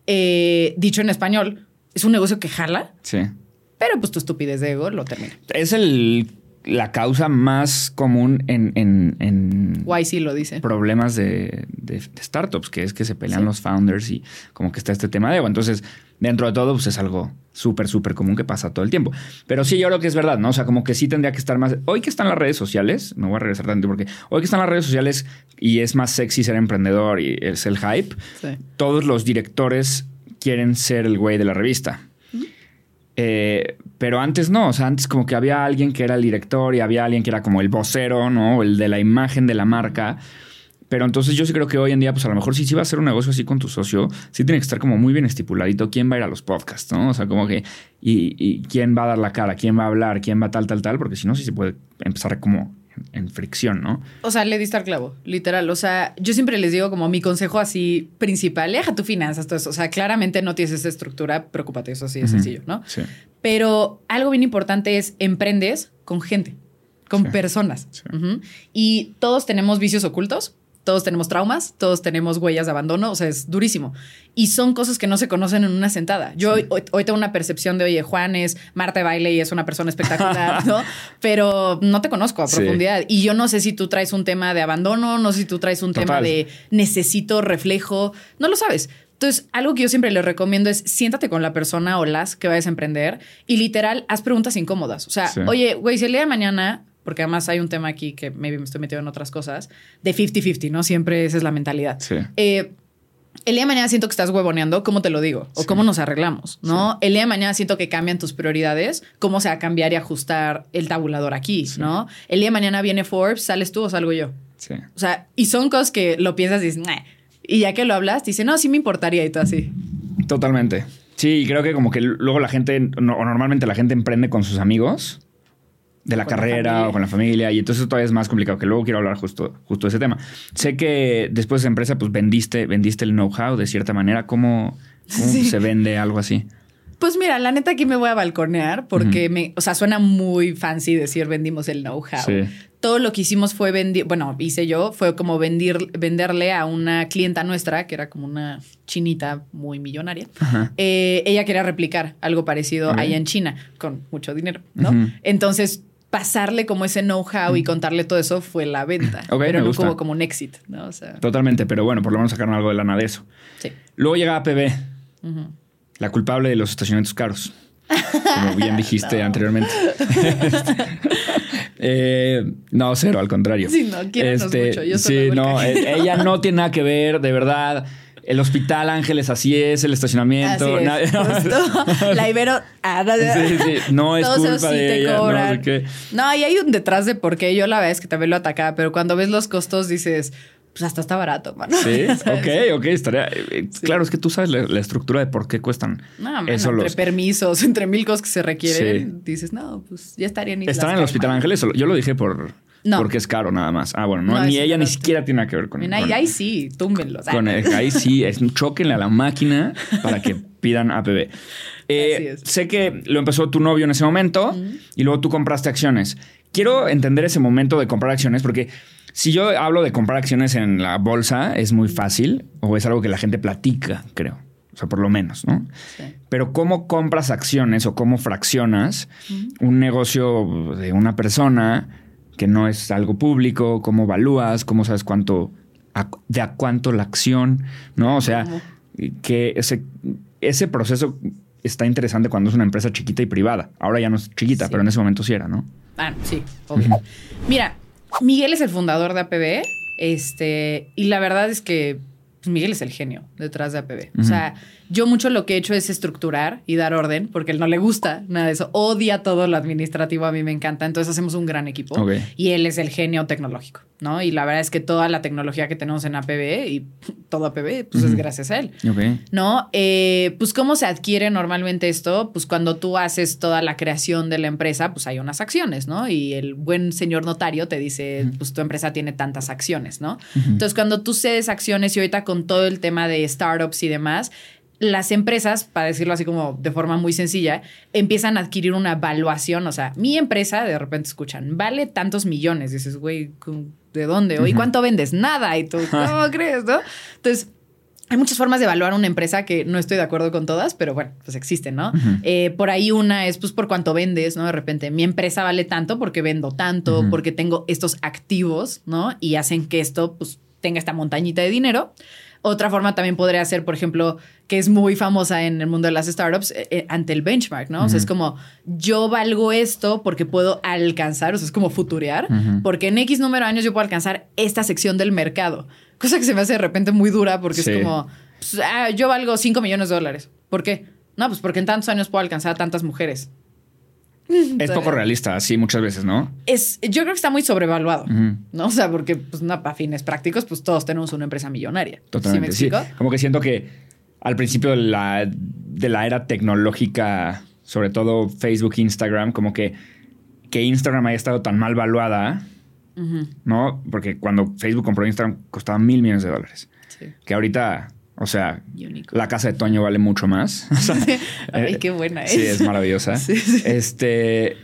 Eh, dicho en español, es un negocio que jala. Sí. Pero pues tu estupidez de ego lo termina.
Es el... la causa más común en, en, en
Y C lo dice.
problemas de, de, de startups, que es que se pelean sí. los founders y como que está este tema de ego. Entonces, dentro de todo, pues es algo súper, súper común que pasa todo el tiempo. Pero sí, yo creo que es verdad, ¿no? O sea, como que sí tendría que estar más... Hoy que están las redes sociales, me voy a regresar tanto porque hoy que están las redes sociales y es más sexy ser emprendedor y es el hype, sí. todos los directores quieren ser el güey de la revista. Eh, pero antes no, o sea, antes como que había alguien que era el director y había alguien que era como el vocero, ¿no? El de la imagen de la marca. Pero entonces yo sí creo que hoy en día, pues a lo mejor si sí va a hacer un negocio así con tu socio, sí tiene que estar como muy bien estipuladito quién va a ir a los podcasts, ¿no? O sea, como que y, y quién va a dar la cara, quién va a hablar, quién va tal, tal, tal, porque si no, sí se puede empezar como en fricción, ¿no?
O sea, le diste al clavo, literal. O sea, yo siempre les digo como mi consejo así principal, deja tu finanzas, todo eso. O sea, claramente no tienes esa estructura, preocúpate, eso sí es uh-huh. sencillo, ¿no? Sí. Pero algo bien importante es emprendes con gente, con sí. personas. Sí. Uh-huh. Y todos tenemos vicios ocultos, todos tenemos traumas, todos tenemos huellas de abandono, o sea, es durísimo. Y son cosas que no se conocen en una sentada. Yo sí. hoy, hoy tengo una percepción de, oye, Juan es Marta de Baile y es una persona espectacular, ¿no? Pero no te conozco a profundidad. Sí. Y yo no sé si tú traes un tema de abandono, no sé si tú traes un Total. tema de necesito reflejo, no lo sabes. Entonces, algo que yo siempre les recomiendo es siéntate con la persona o las que vayas a emprender y literal, haz preguntas incómodas. O sea, sí. oye, güey, si el día de mañana... Porque además hay un tema aquí que maybe me estoy metiendo en otras cosas, de cincuenta cincuenta, ¿no? Siempre esa es la mentalidad. Sí. Eh, el día de mañana siento que estás huevoneando, ¿cómo te lo digo? O sí. cómo nos arreglamos, ¿no? Sí. El día de mañana siento que cambian tus prioridades, ¿cómo se va a cambiar y ajustar el tabulador aquí, sí. ¿no? El día de mañana viene Forbes, ¿sales tú o salgo yo? Sí. O sea, y son cosas que lo piensas y dices, nah. Y ya que lo hablas, te dices, no, sí me importaría y todo así.
Totalmente. Sí, creo que como que luego la gente, no, o normalmente la gente emprende con sus amigos de la carrera la o con la familia y entonces todavía es más complicado, que luego quiero hablar justo, justo de ese tema. Sé que después de esa empresa pues vendiste, vendiste el know-how de cierta manera. ¿Cómo, cómo sí. se vende algo así?
Pues mira, la neta aquí me voy a balconear porque uh-huh. me, o sea, suena muy fancy decir vendimos el know-how. Sí. Todo lo que hicimos fue vender, bueno, hice yo, fue como vendir, venderle a una clienta nuestra, que era como una chinita muy millonaria. Uh-huh. Eh, ella quería replicar algo parecido uh-huh. allá en China, con mucho dinero, ¿no? Uh-huh. Entonces, pasarle como ese know-how uh-huh. y contarle todo eso fue la venta. Okay, pero no como, como un exit, ¿no? O sea,
totalmente, pero bueno, por lo menos sacaron algo de lana de eso. Sí. Luego llega A P B. Uh-huh. La culpable de los estacionamientos caros. Como bien dijiste no. anteriormente. Eh, no, cero, al contrario.
Sí, no, quiérenos
este,
mucho. Yo
sí, no, eh, ella no tiene nada que ver, de verdad. El Hospital Ángeles, así es, el estacionamiento.
Así es,
Nadie, no,
justo. La Ibero. Ah, no,
sí, sí, no es
todos
culpa
esos sí
de
te
ella.
cobran.
No, sé qué.
No, y hay un detrás de por qué. Yo la verdad es que también lo atacaba, pero cuando ves los costos dices, pues hasta está barato, mano.
Sí, ok, ok, estaría. Eh, sí. Claro, es que tú sabes la, la estructura de por qué cuestan.
No, mano,
eso
entre
los...
permisos, entre mil cosas que se requieren,
Sí.
dices, no, pues ya estaría en Islas
Están en el Hospital
Caimán.
Ángeles. Yo lo dije por.
No.
Porque es caro nada más. Ah, bueno, no,
No,
ni
eso
ella
no
ni
lo
siquiera tiene nada que ver con
Mira,
con,
ahí, ahí sí, túmbenlos.
con el, ahí sí, es un chóquenle a la máquina para que pidan A P B. Eh, sé que lo empezó tu novio en ese momento uh-huh. y luego tú compraste acciones. Quiero entender ese momento de comprar acciones porque si yo hablo de comprar acciones en la bolsa es muy fácil o es algo que la gente platica, creo. O sea, por lo menos, ¿no? Sí. Pero ¿cómo compras acciones o cómo fraccionas uh-huh. un negocio de una persona que no es algo público? ¿Cómo evalúas? ¿Cómo sabes cuánto, a, de a cuánto la acción? ¿No? O sea, uh-huh. que ese, ese proceso está interesante cuando es una empresa chiquita y privada. Ahora ya no es chiquita, sí. pero en ese momento sí era, ¿no?
Ah, sí, obvio. Uh-huh. Mira, Miguel es el fundador de A P B, este, y la verdad es que Miguel es el genio detrás de A P B. Uh-huh. O sea, yo mucho lo que he hecho es estructurar y dar orden, porque él no le gusta nada de eso. Odia todo lo administrativo, a mí me encanta. Entonces hacemos un gran equipo. Okay. Y él es el genio tecnológico, ¿no? Y la verdad es que toda la tecnología que tenemos en A P B y todo A P B, pues uh-huh. es gracias a él.
Okay.
¿No? Eh, pues ¿cómo se adquiere normalmente esto? Pues cuando tú haces toda la creación de la empresa, pues hay unas acciones, ¿no? Y el buen señor notario te dice, uh-huh. pues tu empresa tiene tantas acciones, ¿no? Uh-huh. Entonces cuando tú cedes acciones y ahorita con todo el tema de startups y demás, las empresas, para decirlo así como de forma muy sencilla, empiezan a adquirir una valuación. O sea, mi empresa, de repente escuchan, vale tantos millones. Dices, güey, ¿de dónde? ¿Y cuánto vendes? Nada. Y tú, ¿cómo crees? ¿No? Entonces, hay muchas formas de evaluar una empresa que no estoy de acuerdo con todas, pero bueno, pues existen, ¿no? Uh-huh. Eh, por ahí una es, pues, por cuánto vendes, ¿no? De repente, mi empresa vale tanto porque vendo tanto, uh-huh. porque tengo estos activos, ¿no? Y hacen que esto, pues, tenga esta montañita de dinero. Otra forma también podría ser, por ejemplo, que es muy famosa en el mundo de las startups, eh, ante el benchmark, ¿no? Uh-huh. O sea, es como, yo valgo esto porque puedo alcanzar, o sea, es como futurear, uh-huh. porque en X número de años yo puedo alcanzar esta sección del mercado. Cosa que se me hace de repente muy dura porque sí. es como, pues, ah, yo valgo cinco millones de dólares. ¿Por qué? No, pues porque en tantos años puedo alcanzar a tantas mujeres.
Es poco realista, sí, muchas veces, ¿no?
Es, yo creo que está muy sobrevaluado, uh-huh. ¿no? O sea, porque, pues, no, para fines prácticos, pues todos tenemos una empresa millonaria.
Totalmente,
¿Sí me explico?
Sí. Como que siento que al principio de la, de la era tecnológica, sobre todo Facebook, Instagram, como que, que Instagram haya estado tan mal valuada, uh-huh. ¿no? Porque cuando Facebook compró Instagram costaba mil millones de dólares. Sí. Que ahorita... O sea, Unicorn. La casa de Toño vale mucho más. O sea,
ay, qué buena es.
Sí, es maravillosa.
Sí, sí.
Este.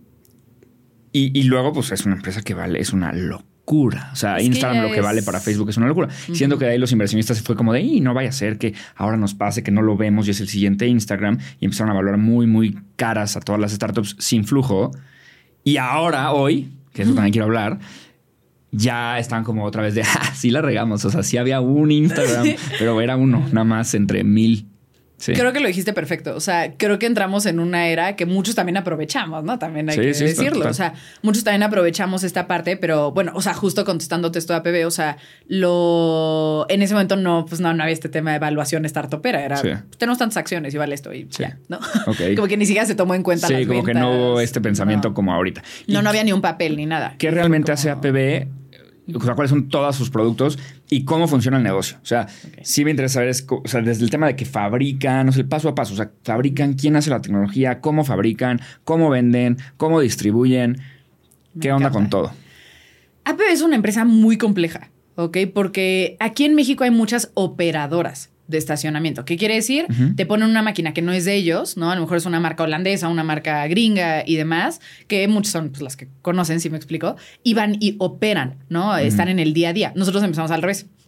Y, y luego, pues es una empresa que vale, es una locura. O sea, es Instagram que lo que es... vale para Facebook es una locura. Uh-huh. Siendo que de ahí los inversionistas se fue como de, y no vaya a ser que ahora nos pase que no lo vemos y es el siguiente Instagram. Y empezaron a valorar muy, muy caras a todas las startups sin flujo. Y ahora, hoy, que eso uh-huh. también quiero hablar, ya están como otra vez de, ah, sí la regamos. O sea, sí había un Instagram, sí. pero era uno, nada más entre mil. Sí.
Creo que lo dijiste perfecto. O sea, creo que entramos en una era que muchos también aprovechamos, ¿no? También hay sí, que sí, decirlo. Total. O sea, muchos también aprovechamos esta parte, pero bueno, o sea, justo contestándote esto de A P B, o sea, lo en ese momento no, pues no, no había este tema de evaluación startupera. Era, sí. pues, tenemos tantas acciones y vale esto y sí. ya, ¿no? Okay. Como que ni siquiera se tomó en cuenta
sí,
las
como
ventas.
que no hubo este pensamiento no. como ahorita.
No, no había ni un papel ni nada.
¿Qué realmente
como...
hace A P B? O sea, cuáles son todos sus productos y cómo funciona el negocio. O sea, okay. sí me interesa saber, es, o sea, desde el tema de que fabrican, o sea, el paso a paso. O sea, fabrican, quién hace la tecnología, cómo fabrican, cómo venden, cómo distribuyen. Me ¿Qué encanta. Onda con todo?
A P B es una empresa muy compleja, ¿ok? Porque aquí en México hay muchas operadoras de estacionamiento. ¿Qué quiere decir? Uh-huh. Te ponen una máquina que no es de ellos, ¿no? A lo mejor es una marca holandesa, una marca gringa y demás, que muchas son pues, las que conocen, si me explico, y van y operan, ¿no? Uh-huh. Están en el día a día. Nosotros empezamos al revés.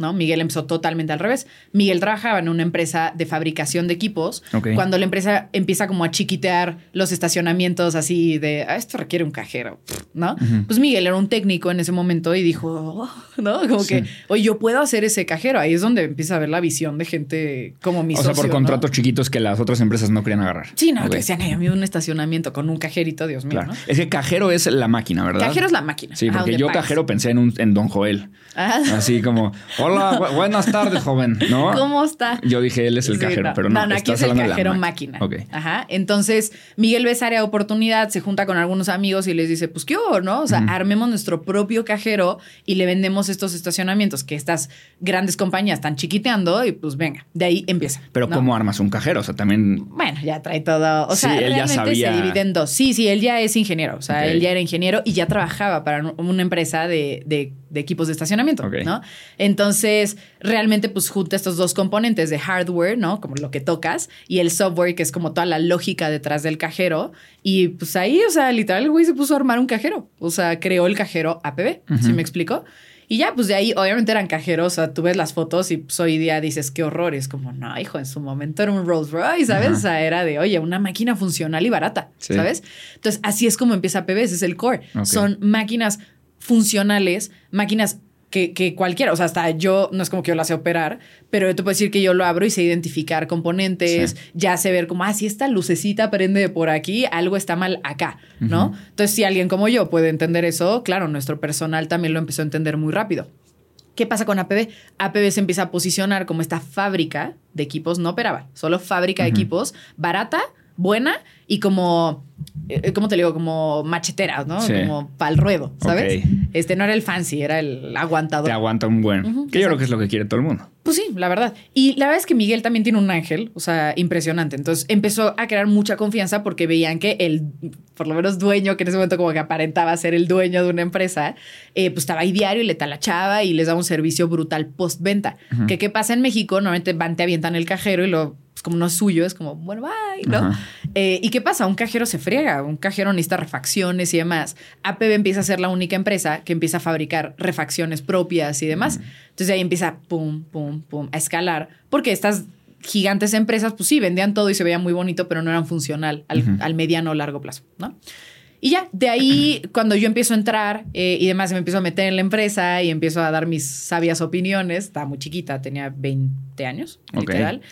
¿no? Miguel empezó totalmente al revés. Miguel trabajaba en una empresa de fabricación de equipos. Okay. Cuando la empresa empieza como a chiquitear los estacionamientos así de, ah, esto requiere un cajero, ¿no? Uh-huh. Pues Miguel era un técnico en ese momento y dijo, oh, ¿no? Como sí. que, oye, yo puedo hacer ese cajero. Ahí es donde empieza a ver la visión de gente como mi
o
socio,
sea, por contratos
¿no?
chiquitos que las otras empresas no querían agarrar.
Sí, no,
okay.
que decían, ay, a mí un estacionamiento con un cajerito, Dios mío,
claro.
¿no?
Es que cajero es la máquina, ¿verdad?
Cajero es la máquina.
Sí, porque yo pagas. Cajero pensé en, un, en Don Joel. Ah. Así como, hola, bu- buenas tardes, joven, ¿no?
¿Cómo está?
Yo dije, él es el sí, cajero,
no.
pero no.
No, no, aquí es el cajero máquina.
Okay.
Ajá. Entonces, Miguel ve esa área de oportunidad, se junta con algunos amigos y les dice, pues, ¿qué hubo, no? O sea, uh-huh. armemos nuestro propio cajero y le vendemos estos estacionamientos que estas grandes compañías están chiquiteando y pues venga, de ahí empieza.
Pero
¿no?
¿cómo armas un cajero? O sea, también...
Bueno, ya trae todo. O sea,
sí, él
realmente
ya sabía...
se divide en dos. Sí, sí, él ya es ingeniero. O sea,
okay.
él ya era ingeniero y ya trabajaba para una empresa de, de, de equipos de estacionamiento, okay. ¿no? Entonces, realmente, pues, junta estos dos componentes de hardware, ¿no? Como lo que tocas, y el software, que es como toda la lógica detrás del cajero. Y pues ahí, o sea, literal, el güey se puso a armar un cajero. O sea, creó el cajero A P B. Uh-huh. ¿Sí me explico? Y ya, pues de ahí, obviamente eran cajeros. O sea, tú ves las fotos y pues hoy día dices, qué horror. Es como, no, hijo, en su momento era un Rolls Royce, ¿sabes? Uh-huh. O sea, era de, oye, una máquina funcional y barata, sí. ¿sabes? Entonces, así es como empieza A P B. Ese es el core. Okay. Son máquinas funcionales, máquinas que, que cualquiera, o sea, hasta yo, no es como que yo la sé operar, pero yo te puedo decir que yo lo abro y sé identificar componentes, sí. ya sé ver como, ah, si esta lucecita prende por aquí, algo está mal acá, ¿no? Uh-huh. Entonces, si alguien como yo puede entender eso, claro, nuestro personal también lo empezó a entender muy rápido. ¿Qué pasa con A P B? A P B se empieza a posicionar como esta fábrica de equipos, no operaba, solo fábrica uh-huh. de equipos, barata, buena y como, eh, ¿cómo te digo? Como machetera, ¿no? Sí. Como pa'l ruedo, ¿sabes? Okay. Este no era el fancy, era el aguantador.
Te aguanta un buen. Uh-huh, que yo creo que es lo que quiere todo el mundo.
Pues sí, la verdad. Y la verdad es que Miguel también tiene un ángel, o sea, impresionante. Entonces empezó a crear mucha confianza porque veían que el, por lo menos dueño, que en ese momento como que aparentaba ser el dueño de una empresa, eh, pues estaba ahí diario y le talachaba y les daba un servicio brutal postventa. Uh-huh. Que qué pasa en México, normalmente van, te avientan el cajero y lo... pues como no es suyo, es como, bueno, bye, ¿no? Uh-huh. Eh, ¿Y qué pasa? Un cajero se friega, un cajero necesita refacciones y demás. A P B empieza a ser la única empresa que empieza a fabricar refacciones propias y demás. Uh-huh. Entonces ahí empieza pum, pum, pum, a escalar. Porque estas gigantes empresas, pues sí, vendían todo y se veía muy bonito, pero no eran funcional al, uh-huh. al mediano o largo plazo, ¿no? Y ya, de ahí, cuando yo empiezo a entrar eh, y demás, me empiezo a meter en la empresa y empiezo a dar mis sabias opiniones. Estaba muy chiquita, tenía veinte años, okay. literal.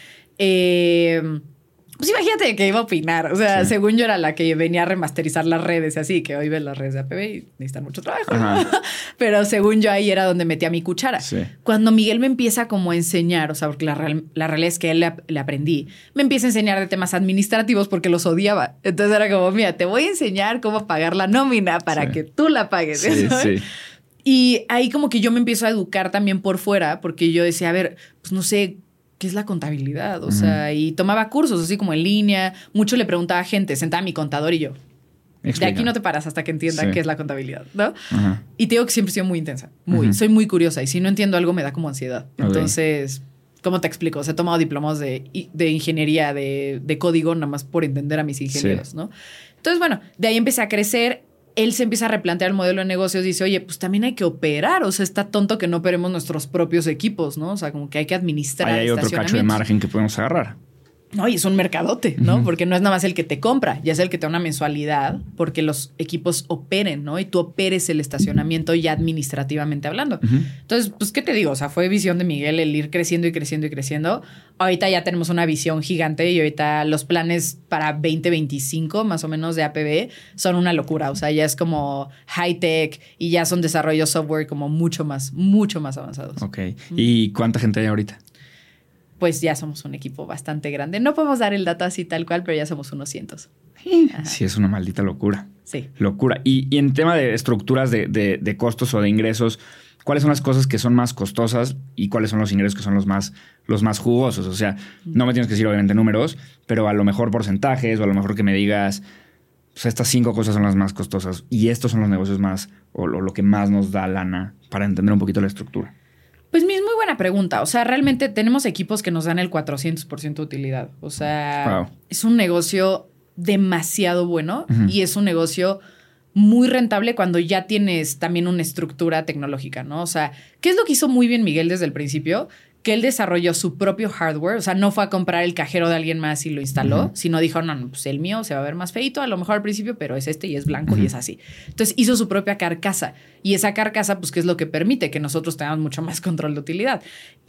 Eh, pues imagínate que iba a opinar. O sea, sí. según yo era la que venía a remasterizar las redes y así, que hoy ves las redes de A P B y necesitan mucho trabajo. ¿no? Pero según yo ahí era donde metía mi cuchara. Sí. Cuando Miguel me empieza como a enseñar, o sea, porque la, real, la realidad es que él le, le aprendí, me empieza a enseñar de temas administrativos porque los odiaba. Entonces era como, mira, te voy a enseñar cómo pagar la nómina para sí. que tú la pagues.
Sí, sí.
Y ahí como que yo me empiezo a educar también por fuera porque yo decía, a ver, pues no sé... ¿qué es la contabilidad? O uh-huh. sea, y tomaba cursos así como en línea. Mucho le preguntaba a gente, sentaba a mi contador y yo. Explica. De aquí no te paras hasta que entiendan sí. qué es la contabilidad, ¿no? Uh-huh. Y te digo que siempre he sido muy intensa. Muy. Uh-huh. Soy muy curiosa y si no entiendo algo me da como ansiedad. Okay. Entonces, ¿cómo te explico? O sea, he tomado diplomas de, de ingeniería, de, de código, nada más por entender a mis ingenieros, sí. ¿no? Entonces, bueno, de ahí empecé a crecer. Él se empieza a replantear el modelo de negocios y dice, oye, pues también hay que operar. O sea, está tonto que no operemos nuestros propios equipos, ¿no? O sea, como que hay que administrar.
Ahí hay otro cacho de margen que podemos agarrar.
No, y es un mercadote, ¿no? Uh-huh. Porque no es nada más el que te compra, ya es el que te da una mensualidad porque los equipos operen, ¿no? Y tú operes el estacionamiento ya administrativamente hablando. Uh-huh. Entonces, pues, ¿qué te digo? O sea, fue visión de Miguel el ir creciendo y creciendo y creciendo. Ahorita ya tenemos una visión gigante y ahorita los planes para veinte veinticinco más o menos de A P B son una locura. O sea, ya es como high-tech y ya son desarrollos software como mucho más, mucho más avanzados.
Ok. Uh-huh. ¿Y cuánta gente hay ahorita?
Pues ya somos un equipo bastante grande. No podemos dar el dato así tal cual, pero ya somos unos cientos.
Ajá. Sí, es una maldita locura.
Sí.
Locura. Y, y en tema de estructuras de, de, de costos o de ingresos, ¿cuáles son las cosas que son más costosas y cuáles son los ingresos que son los más, los más jugosos? O sea, no me tienes que decir obviamente números, pero a lo mejor porcentajes o a lo mejor que me digas, pues estas cinco cosas son las más costosas y estos son los negocios más o lo, lo que más nos da lana para entender un poquito la estructura.
Pues mi es muy buena pregunta. O sea, realmente tenemos equipos que nos dan el cuatrocientos por ciento de utilidad. O sea, wow. es un negocio demasiado bueno uh-huh. y es un negocio muy rentable cuando ya tienes también una estructura tecnológica, ¿no? O sea, ¿qué es lo que hizo muy bien Miguel desde el principio? Que él desarrolló su propio hardware. O sea, no fue a comprar el cajero de alguien más y lo instaló, uh-huh. sino dijo, no, no, pues el mío se va a ver más feito, a lo mejor al principio, pero es este y es blanco uh-huh. y es así. Entonces hizo su propia carcasa. Y esa carcasa, pues, ¿qué es lo que permite? Que nosotros tengamos mucho más control de utilidad.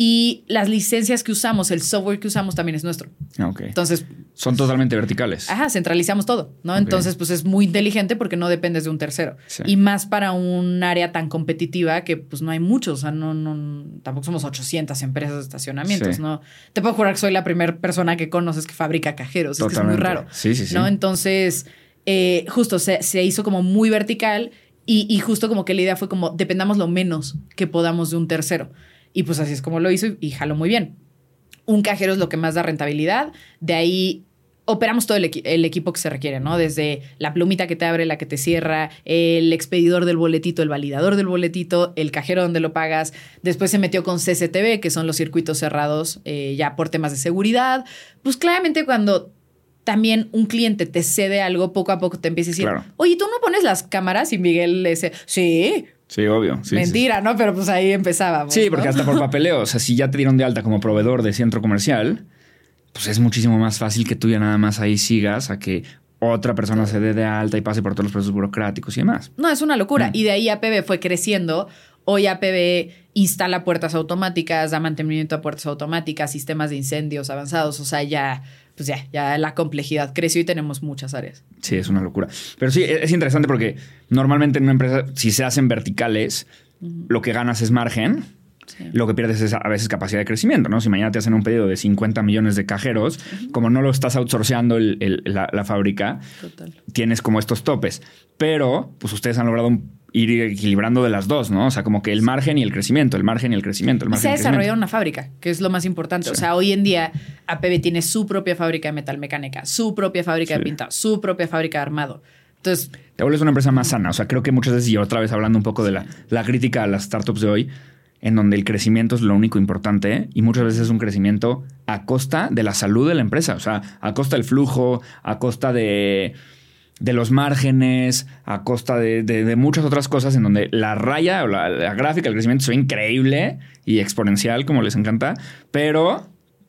Y las licencias que usamos, el software que usamos también es nuestro.
Ok.
Entonces...
Son totalmente verticales.
Ajá, centralizamos todo, ¿no? Okay. Entonces, pues es muy inteligente porque no dependes de un tercero. Sí. Y más para un área tan competitiva que, pues, no hay muchos. O sea, no, no, tampoco somos ochocientas empresas de estacionamientos, sí. ¿no? Te puedo jurar que soy la primera persona que conoces que fabrica cajeros. Totalmente. Es que es muy raro.
Sí, sí, sí.
¿No? Entonces, eh, justo se, se hizo como muy vertical y, y justo como que la idea fue como dependamos lo menos que podamos de un tercero. Y pues así es como lo hizo y, y jaló muy bien. Un cajero es lo que más da rentabilidad. De ahí operamos todo el, equi- el equipo que se requiere, ¿no? Desde la plumita que te abre, la que te cierra, el expedidor del boletito, el validador del boletito, el cajero donde lo pagas. Después se metió con C C T V, que son los circuitos cerrados eh, ya por temas de seguridad. Pues claramente cuando también un cliente te cede algo, poco a poco te empieza a decir, claro. Oye, ¿tú no pones las cámaras? Y Miguel le dice, sí.
Sí, obvio. Sí,
Mentira,
sí, sí.
¿no? Pero pues ahí empezábamos.
Sí,
¿no?
porque hasta por papeleo. O sea, si ya te dieron de alta como proveedor de centro comercial, pues es muchísimo más fácil que tú ya nada más ahí sigas a que otra persona se dé de alta y pase por todos los procesos burocráticos y demás.
No, es una locura.
Mm.
Y de ahí A P B fue creciendo. Hoy A P B instala puertas automáticas, da mantenimiento a puertas automáticas, sistemas de incendios avanzados. O sea, ya, pues ya, ya la complejidad creció y tenemos muchas áreas.
Sí, es una locura. Pero sí, es interesante porque normalmente en una empresa, si se hacen verticales, uh-huh. lo que ganas es margen. Sí. Lo que pierdes es a veces capacidad de crecimiento, ¿no? Si mañana te hacen un pedido de cincuenta millones de cajeros, uh-huh. como no lo estás outsourceando el, el, la, la fábrica, Total. Tienes como estos topes. Pero, pues ustedes han logrado un, ir equilibrando de las dos, ¿no? O sea, como que el margen y el crecimiento, el margen y el crecimiento. El margen
se ha
y el
desarrollado una fábrica, que es lo más importante. Sí. O sea, hoy en día A P B tiene su propia fábrica de metalmecánica, su propia fábrica sí. de pintado, su propia fábrica de armado. Entonces,
te vuelves una empresa más sana. O sea, creo que muchas veces, y otra vez hablando un poco de la, la crítica a las startups de hoy, en donde el crecimiento es lo único importante y muchas veces es un crecimiento a costa de la salud de la empresa. O sea, a costa del flujo, a costa de, de los márgenes, a costa de, de, de muchas otras cosas en donde la raya o la, la gráfica del crecimiento es increíble y exponencial, como les encanta, pero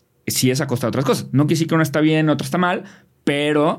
sí es a costa de otras cosas. No quiere decir que una está bien, otra está mal, pero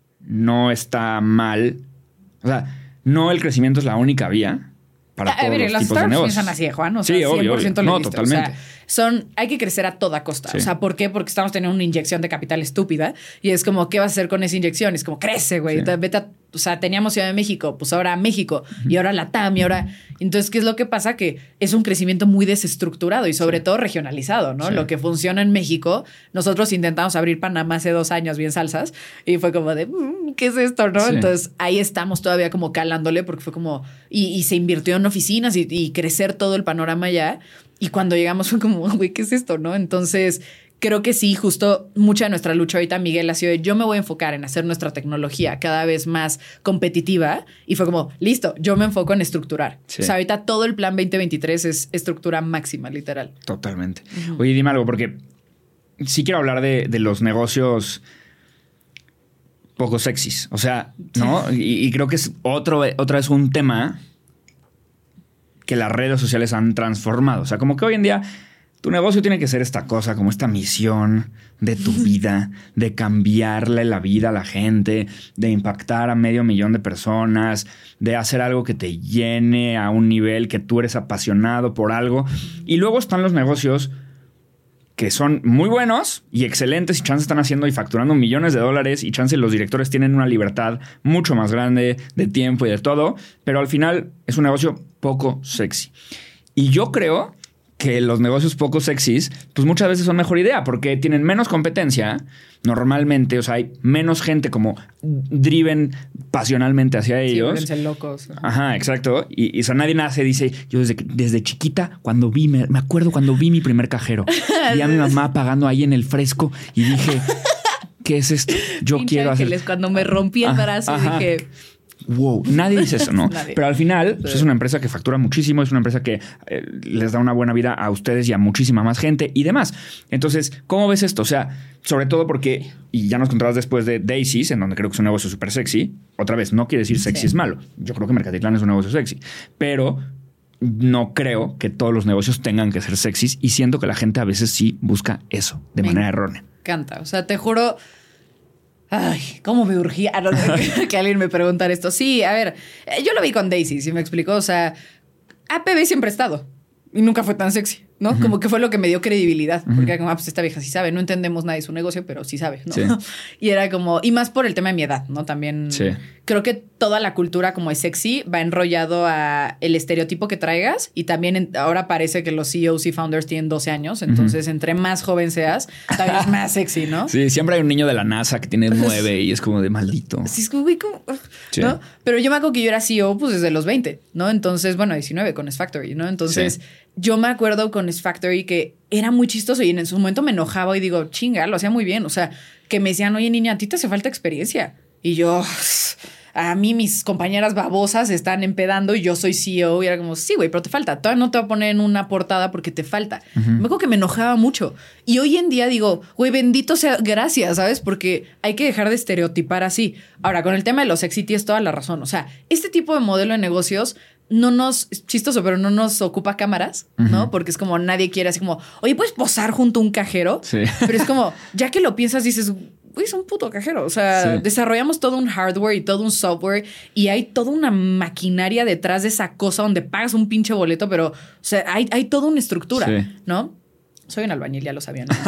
no está mal. O sea, no el crecimiento es la única vía para a, todos a ver, los tipos de negocios.
Piensan así, Juan. O sea,
sí, obvio, obvio. No,
listo.
totalmente.
O sea, son, hay que crecer a toda costa. Sí. O sea, ¿por qué? Porque estamos teniendo una inyección de capital estúpida y es como, ¿qué vas a hacer con esa inyección? Es como, crece, güey. Sí. Vete a, o sea, teníamos Ciudad de México, pues ahora México uh-huh. y ahora Latam y ahora... Entonces, ¿qué es lo que pasa? Que es un crecimiento muy desestructurado y sobre sí. todo regionalizado, ¿no? Sí. Lo que funciona en México, nosotros intentamos abrir Panamá hace dos años bien salsas y fue como de, ¿qué es esto, no? Sí. Entonces, ahí estamos todavía como calándole porque fue como... Y, y se invirtió en oficinas y, y crecer todo el panorama ya. Y cuando llegamos fue como, güey, ¿qué es esto, no? Entonces... Creo que sí, justo mucha de nuestra lucha ahorita, Miguel, ha sido de, yo me voy a enfocar en hacer nuestra tecnología cada vez más competitiva y fue como, listo, yo me enfoco en estructurar. Sí. O sea, ahorita todo el plan veinte veintitrés es estructura máxima, literal.
Totalmente. Uh-huh. Oye, dime algo, porque sí quiero hablar de, de los negocios poco sexys. O sea, ¿no? Sí. Y, y creo que es otro, otra vez un tema que las redes sociales han transformado. O sea, como que hoy en día... Tu negocio tiene que ser esta cosa, como esta misión de tu vida, de cambiarle la vida a la gente, de impactar a medio millón de personas, de hacer algo que te llene a un nivel que tú eres apasionado por algo. Y luego están los negocios que son muy buenos y excelentes y chance están haciendo y facturando millones de dólares y chance los directores tienen una libertad mucho más grande de tiempo y de todo, pero al final es un negocio poco sexy. Y yo creo... que los negocios poco sexys, pues muchas veces son mejor idea porque tienen menos competencia normalmente, o sea, hay menos gente como driven pasionalmente hacia ellos.
Sí, locos.
Ajá, exacto. Y, y o sea, nadie nace, dice, yo desde, desde chiquita, cuando vi, me, me acuerdo cuando vi mi primer cajero, vi a mi mamá pagando ahí en el fresco y dije, ¿qué es esto? Yo
Pinche
quiero
Ángeles,
hacer...
Cuando me rompí el brazo, ajá. dije...
wow, nadie dice eso, ¿no? Pero al final pues,
sí.
es una empresa que factura muchísimo, es una empresa que eh, les da una buena vida a ustedes y a muchísima más gente y demás. Entonces, ¿cómo ves esto? O sea, sobre todo porque, y ya nos contabas después de Daisies, en donde creo que es un negocio súper sexy. Otra vez, no quiere decir sexy sí. es malo. Yo creo que Mercatitlán es un negocio sexy, pero no creo que todos los negocios tengan que ser sexys y siento que la gente a veces sí busca eso de
Me
manera errónea.
Me encanta. O sea, te juro... Ay, cómo me urgía ah, no, que, que alguien me preguntara esto. Sí, a ver, yo lo vi con Daisy, ¿sí me explicó? O sea, A P B siempre ha estado y nunca fue tan sexy, ¿no? Uh-huh. Como que fue lo que me dio credibilidad. Uh-huh. Porque como, ah, pues esta vieja sí sabe. No entendemos nada de su negocio, pero sí sabe, ¿no? Sí. Y era como... Y más por el tema de mi edad, ¿no? También... Sí. Creo que toda la cultura como es sexy va enrollado a el estereotipo que traigas. Y también en, ahora parece que los C E Os y founders tienen doce años. Entonces, uh-huh. entre más joven seas, tal vez más sexy, ¿no?
Sí, siempre hay un niño de la NASA que tiene nueve y es como de maldito.
Sí, es como... güey, como sí. ¿no? Pero yo me acuerdo que yo era C E O pues desde los veinte, ¿no? Entonces, bueno, diecinueve con S Factory, ¿no? Entonces... Sí. Yo me acuerdo con S Factory que era muy chistoso y en su momento me enojaba y digo, chinga, lo hacía muy bien. O sea, que me decían, oye, niña, a ti te hace falta experiencia. Y yo, a mí mis compañeras babosas están empedando y yo soy C E O. Y era como, sí, güey, pero te falta. Todavía no te voy a poner en una portada porque te falta. Uh-huh. Me acuerdo que me enojaba mucho. Y hoy en día digo, güey, bendito sea, gracias, ¿sabes? Porque hay que dejar de estereotipar así. Ahora, con el tema de los sexy tienes toda la razón. O sea, este tipo de modelo de negocios... no nos, es chistoso, pero no nos ocupa cámaras, uh-huh. ¿no? Porque es como nadie quiere así como, oye, ¿puedes posar junto a un cajero? Sí. Pero es como, ya que lo piensas, dices, güey, es un puto cajero. O sea, sí. desarrollamos todo un hardware y todo un software y hay toda una maquinaria detrás de esa cosa donde pagas un pinche boleto, pero, o sea, hay, hay toda una estructura, sí. ¿no? Soy un albañil, ya lo sabían, ¿no?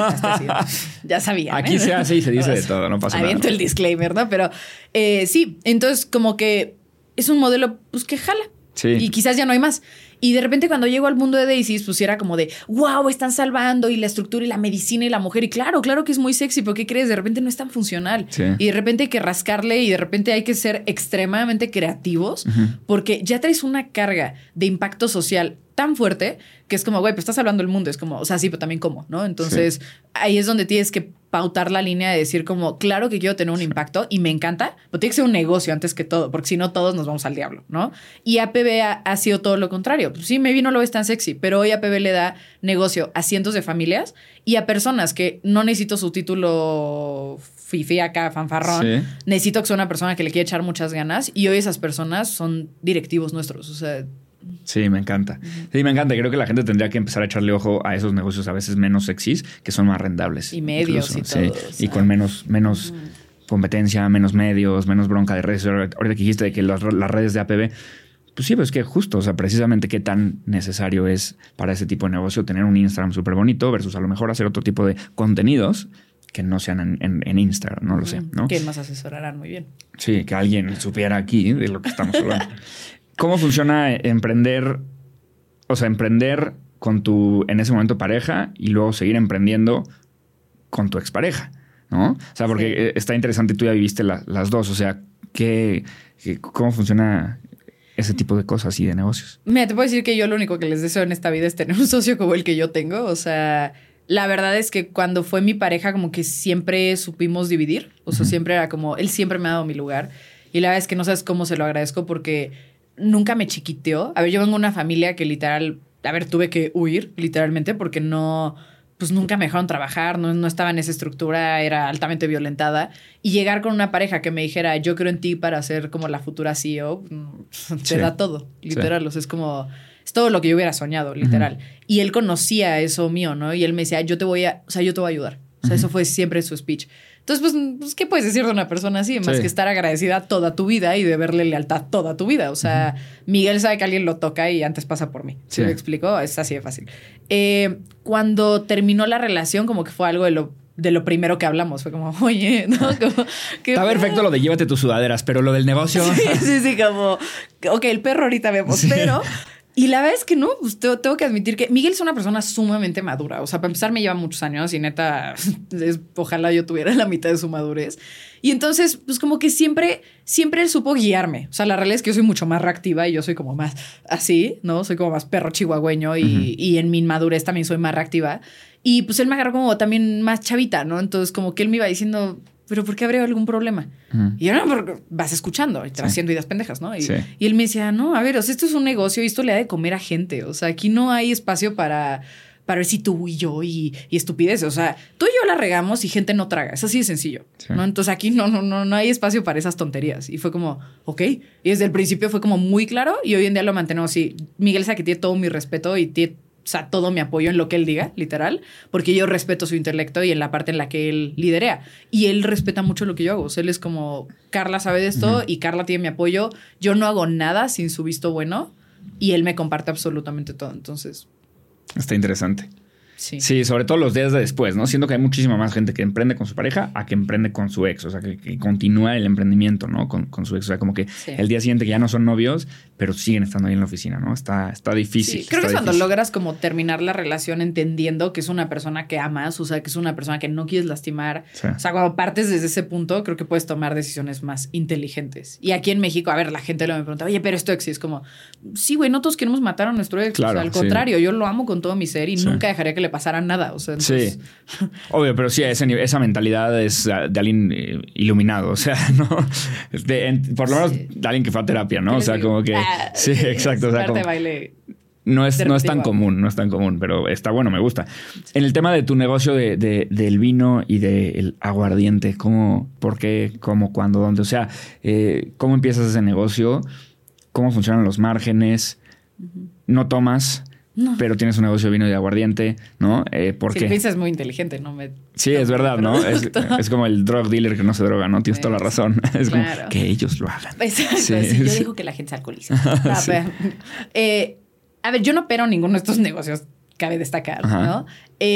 Ya sabían.
Aquí ¿eh? se hace y se dice de todo, no pasa nada.
Aviento el disclaimer, ¿no? Pero eh, sí, entonces como que es un modelo pues que jala. Sí. Y quizás ya no hay más. Y de repente cuando llego al mundo de Daisies, pues era como de, wow, están salvando y la estructura y la medicina y la mujer. Y claro, claro que es muy sexy, pero ¿qué crees? De repente no es tan funcional. Sí. Y de repente hay que rascarle y de repente hay que ser extremadamente creativos uh-huh. porque ya traes una carga de impacto social tan fuerte que es como, güey, pues estás salvando el mundo. Es como, o sea, sí, pero también cómo, ¿no? Entonces sí. ahí es donde tienes que pautar la línea de decir como, claro que quiero tener un impacto y me encanta, pero tiene que ser un negocio antes que todo, porque si no todos nos vamos al diablo, ¿no? Y A P B ha, ha sido todo lo contrario. Pues sí, maybe no lo ves tan sexy, pero hoy A P B le da negocio a cientos de familias y a personas que no necesito su título fifi acá, fanfarrón. Sí. Necesito que sea una persona que le quiere echar muchas ganas y hoy esas personas son directivos nuestros, o sea...
Sí, me encanta. Sí, me encanta. Creo que la gente tendría que empezar a echarle ojo a esos negocios a veces menos sexys, que son más rentables.
Y medios incluso. y todo.
Sí. Y con menos, menos uh-huh. competencia, menos medios, menos bronca de redes. Ahorita que dijiste de que las, las redes de A P B, pues sí, pues que justo, o sea, precisamente qué tan necesario es para ese tipo de negocio tener un Instagram súper bonito versus a lo mejor hacer otro tipo de contenidos que no sean en, en, en Instagram, no lo uh-huh. sé, ¿no?
Que nos asesorarán muy bien.
Sí, que alguien supiera aquí de lo que estamos hablando. ¿Cómo funciona emprender, o sea, emprender con tu, en ese momento, pareja y luego seguir emprendiendo con tu expareja, ¿no? O sea, porque sí. está interesante, tú ya viviste la, las dos, o sea, ¿qué, qué, ¿cómo funciona ese tipo de cosas y de negocios?
Mira, te puedo decir que yo lo único que les deseo en esta vida es tener un socio como el que yo tengo, o sea... La verdad es que cuando fue mi pareja como que siempre supimos dividir, o sea, uh-huh. siempre era como, él siempre me ha dado mi lugar y la verdad es que no sabes cómo se lo agradezco porque nunca me chiquiteó. A ver, yo vengo de una familia que literal, a ver, tuve que huir literalmente porque no, pues nunca me dejaron trabajar, no, no estaba en esa estructura, era altamente violentada y llegar con una pareja que me dijera, yo creo en ti para ser como la futura C E O, te sí. da todo, literal, sí. o sea, es como... Es todo lo que yo hubiera soñado, literal. Uh-huh. Y él conocía eso mío, ¿no? Y él me decía, yo te voy a... O sea, yo te voy a ayudar. O sea, uh-huh. eso fue siempre su speech. Entonces, pues, pues, ¿qué puedes decir de una persona así? Más sí. que estar agradecida toda tu vida y deberle lealtad toda tu vida. O sea, uh-huh. Miguel sabe que alguien lo toca y antes pasa por mí. ¿Sí, sí. me explico? Es así de fácil. Eh, cuando terminó la relación, como que fue algo de lo... de lo primero que hablamos. Fue como, oye, ¿no? Como,
¿qué Está perfecto lo de llévate tus sudaderas, pero lo del negocio...
Sí, sí, sí, como... Ok, el perro ahorita vemos, sí. pero... Y la verdad es que no, pues tengo, tengo que admitir que Miguel es una persona sumamente madura. O sea, para empezar me lleva muchos años y neta, es, ojalá yo tuviera la mitad de su madurez. Y entonces, pues como que siempre, siempre él supo guiarme. O sea, la realidad es que yo soy mucho más reactiva y yo soy como más así, ¿no? Soy como más perro chihuahueño y, uh-huh. y en mi inmadurez también soy más reactiva. Y pues él me agarró como también más chavita, ¿no? Entonces como que él me iba diciendo... ¿pero por qué habría algún problema? Uh-huh. Y yo, no, porque vas escuchando y te vas sí. haciendo ideas pendejas, ¿no? Y, sí. y él me decía, no, a ver, o sea, esto es un negocio y esto le da de comer a gente. O sea, aquí no hay espacio para, para ver si tú y yo y, y estupideces. O sea, tú y yo la regamos y gente no traga. Es así de sencillo, sí. ¿no? Entonces aquí no, no, no, no hay espacio para esas tonterías. Y fue como, ok. Y desde el principio fue como muy claro y hoy en día lo mantenemos así. Miguel sabe que tiene todo mi respeto y tiene... O sea, todo mi apoyo en lo que él diga, literal, porque yo respeto su intelecto y en la parte en la que él liderea. Y él respeta mucho lo que yo hago. O sea, él es como, Carla sabe de esto uh-huh. y Carla tiene mi apoyo. Yo no hago nada sin su visto bueno y él me comparte absolutamente todo. Entonces...
Está interesante.
Sí.
Sí, sobre todo los días de después, ¿no? Siento que hay muchísima más gente que emprende con su pareja a que emprende con su ex. O sea, que, que continúa el emprendimiento, ¿no? Con, con su ex. O sea, como que sí. el día siguiente que ya no son novios, pero siguen estando ahí en la oficina, ¿no? Está, está difícil.
Sí, creo
está
que es cuando
difícil.
logras como terminar la relación entendiendo que es una persona que amas, o sea, que es una persona que no quieres lastimar. Sí. O sea, cuando partes desde ese punto, creo que puedes tomar decisiones más inteligentes. Y aquí en México, a ver, la gente luego me pregunta, oye, pero esto ex, y es como, sí, güey, no todos queremos matar a nuestro ex.
Claro,
o sea, al
sí.
contrario, yo lo amo con todo mi ser y sí. nunca dejaría que le pasara nada. O sea, entonces...
Sí, obvio, pero sí, ese, esa mentalidad es de alguien eh, iluminado, o sea, ¿no? De, en, por lo menos sí. de alguien que fue a terapia, ¿no? O sea, como que... Ah, sí, exacto. O sea, como,
baile
no, es, no es tan común, no es tan común, pero está bueno, me gusta. Sí. En el tema de tu negocio de, de, del vino y del aguardiente, ¿cómo, por qué, cómo, cuándo, dónde? O sea, eh, ¿cómo empiezas ese negocio? ¿Cómo funcionan los márgenes? Uh-huh. ¿No tomas? No. Pero tienes un negocio de vino y de aguardiente, ¿no? Eh, ¿Por
sí,
qué?
Piensa es muy inteligente, ¿no? Me...
Sí, es verdad, ¿no? Es, es como el drug dealer que no se droga, ¿no? Tienes sí, toda la razón. Es
claro.
como que ellos lo hagan.
Exacto. Sí, sí, yo sí. digo que la gente se alcoholiza. No, sí. pero, eh, a ver, yo no opero ninguno de estos negocios, cabe destacar, Ajá. ¿no?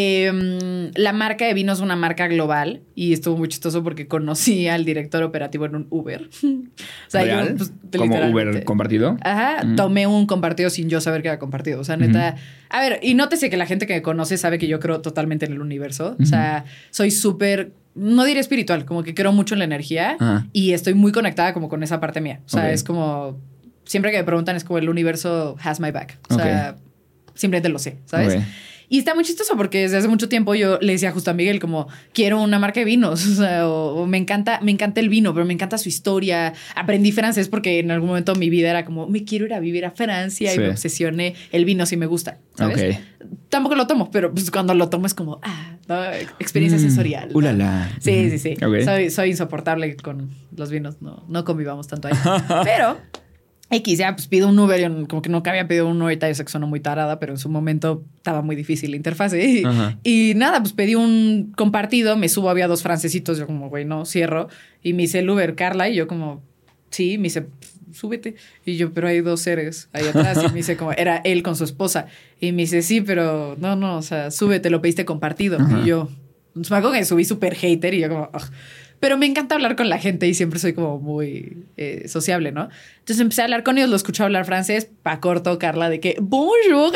Eh, la marca de vino es una marca global y estuvo muy chistoso porque conocí al director operativo en un Uber. O sea,
¿Real?
Yo, pues,
¿Como Uber compartido?
Ajá, mm. tomé un compartido sin yo saber que era compartido. O sea, neta... Mm. A ver, y nótese que la gente que me conoce sabe que yo creo totalmente en el universo. Mm. O sea, soy súper... No diré espiritual, como que creo mucho en la energía ah. y estoy muy conectada como con esa parte mía. O sea, okay. es como... Siempre que me preguntan es como el universo has my back. O sea, okay. simplemente lo sé, ¿sabes? Okay. Y está muy chistoso porque desde hace mucho tiempo yo le decía justo a Miguel como quiero una marca de vinos, o sea, o, o me encanta, me encanta el vino, pero me encanta su historia. Aprendí francés porque en algún momento de mi vida era como me quiero ir a vivir a Francia sí. y me obsesioné. El vino sí me gusta, ¿sabes? Okay. Tampoco lo tomo, pero pues cuando lo tomo es como ah, ¿no? Experiencia mm, sensorial.
Ulala.
¿no? Sí, sí, sí. Okay. Soy, soy insoportable con los vinos, no, no convivamos tanto ahí. Pero X, ya, pues pido un Uber. Yo como que nunca había pedido un Uber. Ahorita yo sé que sonó muy tarada, pero en su momento estaba muy difícil la interfase. Y, y nada, pues pedí un compartido. Me subo, había dos francesitos. Yo como, güey, no, cierro. Y me dice el Uber, Carla. Y yo como, sí. Me dice, súbete. Y yo, pero hay dos seres ahí atrás. Y me dice como, era él con su esposa. Y me dice, sí, pero no, no, o sea, súbete, lo pediste compartido. Ajá. Y yo, pues me acuerdo que subí súper hater. Y yo como, oh. Pero me encanta hablar con la gente y siempre soy como muy eh, sociable, ¿no? Entonces empecé a hablar con ellos, lo escuché hablar francés, pa' corto, Carla, de que bonjour.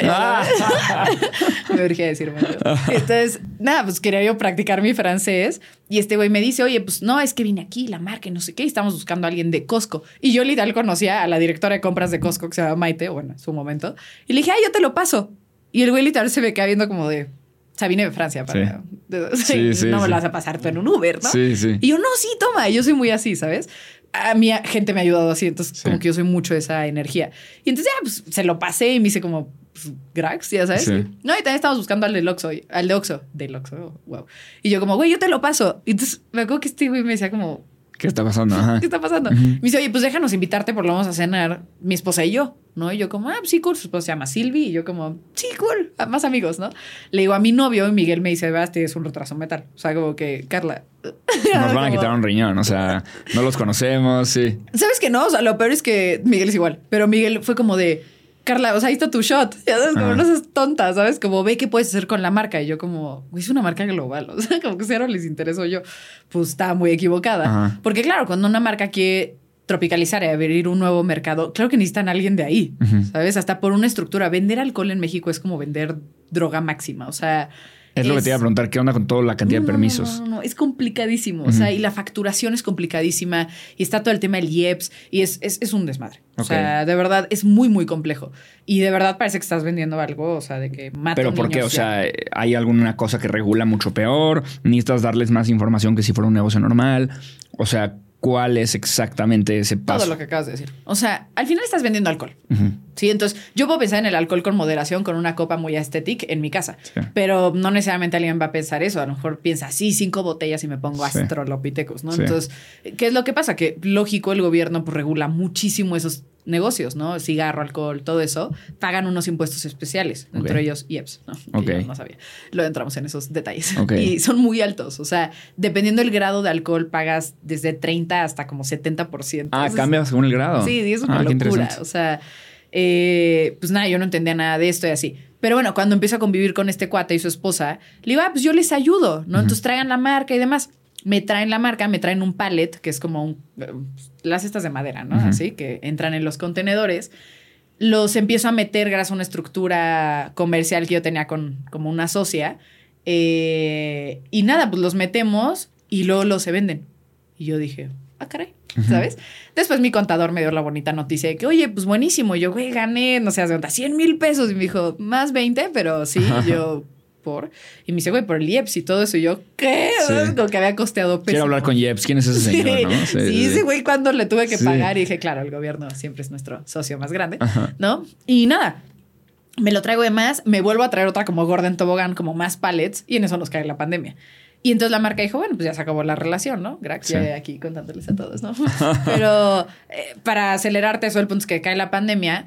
Me urgía decir bonjour. Entonces, nada, pues quería yo practicar mi francés y este güey me dice, oye, pues no, es que vine aquí, la marca y no sé qué, y estamos buscando a alguien de Costco. Y yo literal conocía a la directora de compras de Costco que se llama Maite, bueno, en su momento, y le dije, ah, yo te lo paso. Y el güey literal se me queda viendo como de... O sea, vine de Francia para... Sí. Sí, sí, no me sí. lo vas a pasar tú en un Uber, ¿no?
Sí, sí.
Y yo, no, sí, toma. Yo soy muy así, ¿sabes? A mi gente me ha ayudado así. Entonces, sí. como que yo soy mucho de esa energía. Y entonces, ya, pues, se lo pasé y me hice como... Pues, Grax, ya sabes. Sí. No, y también estamos buscando al del Oxxo. Al de Oxxo. Del Oxxo, wow. Y yo como, güey, yo te lo paso. Y entonces, me acuerdo que este güey me decía como...
¿Qué está pasando? Ajá.
¿Qué está pasando? Uh-huh. Me dice, oye, pues déjanos invitarte porque lo vamos a cenar mi esposa y yo, ¿no? Y yo como, ah, sí, cool. Su esposa se llama Silvi y yo como, sí, cool. Más amigos, ¿no? Le digo a mi novio y Miguel me dice, vas, tienes un retraso mental. O sea, como que, Carla...
Nos van a quitar un riñón, o sea, no los conocemos, sí.
¿Sabes qué no? O sea, lo peor es que Miguel es igual. Pero Miguel fue como de... Carla, o sea, ahí está tu shot. Ya sabes, como ah. no seas tonta, ¿sabes? Como ve qué puedes hacer con la marca. Y yo como, es una marca global. O sea, como que cero les interesó yo. Pues estaba muy equivocada. Ajá. Porque claro, cuando una marca quiere tropicalizar y abrir un nuevo mercado, claro que necesitan a alguien de ahí, uh-huh. ¿sabes? Hasta por una estructura. Vender alcohol en México es como vender droga máxima. O sea,
Es lo que te iba a preguntar, ¿qué onda con toda la cantidad
no,
de permisos?
No, no, no, no, es complicadísimo.
Uh-huh.
O sea, y la facturación es complicadísima. Y está todo el tema del I E P S. Y es, es, es un desmadre. Okay. O sea, de verdad, es muy, muy complejo. Y de verdad parece que estás vendiendo algo, o sea, de que mata
¿Pero por qué? O sea, ¿hay alguna cosa que regula mucho peor? ¿Necesitas darles más información que si fuera un negocio normal? O sea, ¿cuál es exactamente ese paso?
Todo lo que acabas de decir. O sea, al final estás vendiendo alcohol.
Uh-huh.
Sí, entonces yo puedo pensar en el alcohol con moderación, con una copa muy estética en mi casa.
Sí.
Pero no necesariamente alguien va a pensar eso. A lo mejor piensa, sí, cinco botellas y me pongo sí. astrolopithecus, ¿no? Sí. Entonces, ¿qué es lo que pasa? Que lógico, el gobierno pues, regula muchísimo esos negocios, ¿no? Cigarro, alcohol, todo eso. Pagan unos impuestos especiales, okay. entre ellos I E P S, ¿no?
Okay.
Yo no sabía. Luego entramos en esos detalles.
Okay.
Y son muy altos. O sea, dependiendo del grado de alcohol, pagas desde treinta hasta como setenta por ciento.
Ah, Entonces, cambia según el grado.
Sí, es una ah, locura. O sea, eh, pues nada, yo no entendía nada de esto y así. Pero bueno, cuando empiezo a convivir con este cuate y su esposa, le digo, ah, pues yo les ayudo, ¿no? Uh-huh. Entonces traigan la marca y demás. Me traen la marca, me traen un pallet, que es como un, las cestas de madera, ¿no? Uh-huh. Así, que entran en los contenedores. Los empiezo a meter gracias a una estructura comercial que yo tenía con como una socia. Eh, y nada, pues los metemos y luego los se venden. Y yo dije, ah, caray, uh-huh. ¿sabes? Después mi contador me dio la bonita noticia de que, oye, pues buenísimo. Yo, güey, gané, no sé, hace cuenta, cien mil pesos. Y me dijo, más veinte, pero sí, uh-huh. yo... por y me dice, güey, por el I E P S y todo eso. Y yo, ¿qué? Sí. Como que había costeado peso.
Quiero hablar con I E P S. ¿Quién es ese señor?
Sí,
¿no?
sí, sí, sí, güey, cuando le tuve que
sí.
pagar. Y dije, claro, el gobierno siempre es nuestro socio más grande,
Ajá.
¿no? Y nada, me lo traigo de más. Me vuelvo a traer otra como Gordon Tobogán, como más pallets. Y en eso nos cae la pandemia. Y entonces la marca dijo, bueno, pues ya se acabó la relación, ¿no? Gracias, sí. aquí contándoles a todos, ¿no? Pero eh, para acelerarte eso, el punto es que cae la pandemia.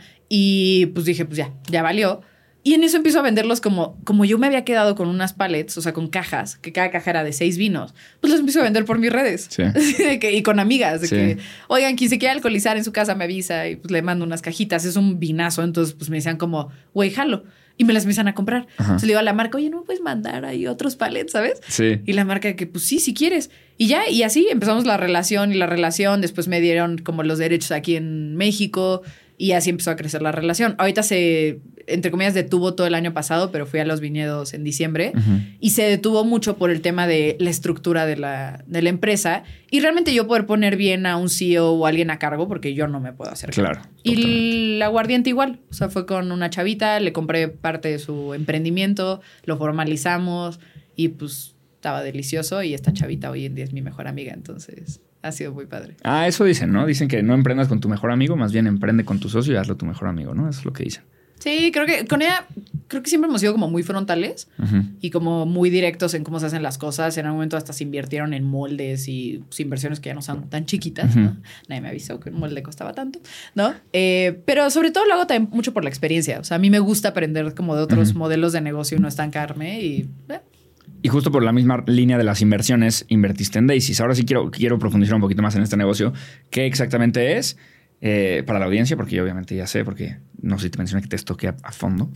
Y pues dije, pues ya, ya valió. Y en eso empiezo a venderlos como, como yo me había quedado con unas pallets, o sea, con cajas, que cada caja era de seis vinos, pues los empiezo a vender por mis redes.
Sí.
de que, y con amigas, de
sí.
que, oigan, quien se quiera alcoholizar en su casa me avisa y pues le mando unas cajitas. Es un vinazo. Entonces, pues me decían como, güey, jalo. Y me las empiezan a comprar. Ajá. Entonces le digo a la marca, oye, ¿no me puedes mandar ahí otros pallets, sabes?
Sí.
Y la marca que, pues sí, si quieres. Y ya, y así empezamos la relación y la relación. Después me dieron como los derechos aquí en México. Y así empezó a crecer la relación. Ahorita se, entre comillas, detuvo todo el año pasado, pero fui a los viñedos en diciembre. Uh-huh. Y se detuvo mucho por el tema de la estructura de la, de la empresa. Y realmente yo poder poner bien a un C E O o alguien a cargo, porque yo no me puedo hacer cargo.
Claro.
Y
totalmente.
el aguardiente igual. O sea, fue con una chavita, le compré parte de su emprendimiento, lo formalizamos y pues estaba delicioso. Y esta chavita hoy en día es mi mejor amiga, entonces... ha sido muy padre.
Ah, eso dicen, ¿no? Dicen que no emprendas con tu mejor amigo, más bien emprende con tu socio y hazlo tu mejor amigo, ¿no? Eso es lo que dicen.
Sí, creo que con ella, creo que siempre hemos sido como muy frontales uh-huh. y como muy directos en cómo se hacen las cosas. En algún momento hasta se invirtieron en moldes y pues, inversiones que ya no son tan chiquitas, uh-huh. ¿no? Nadie me avisó que un molde costaba tanto, ¿no? Eh, pero sobre todo lo hago también mucho por la experiencia. O sea, a mí me gusta aprender como de otros uh-huh. modelos de negocio y no estancarme y... Eh.
Y justo por la misma línea de las inversiones, invertiste en Daisies. Ahora sí quiero, quiero profundizar un poquito más en este negocio. ¿Qué exactamente es? Eh, para la audiencia, porque yo obviamente ya sé, porque no sé si te mencioné que te estoqué a, a fondo.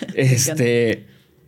este,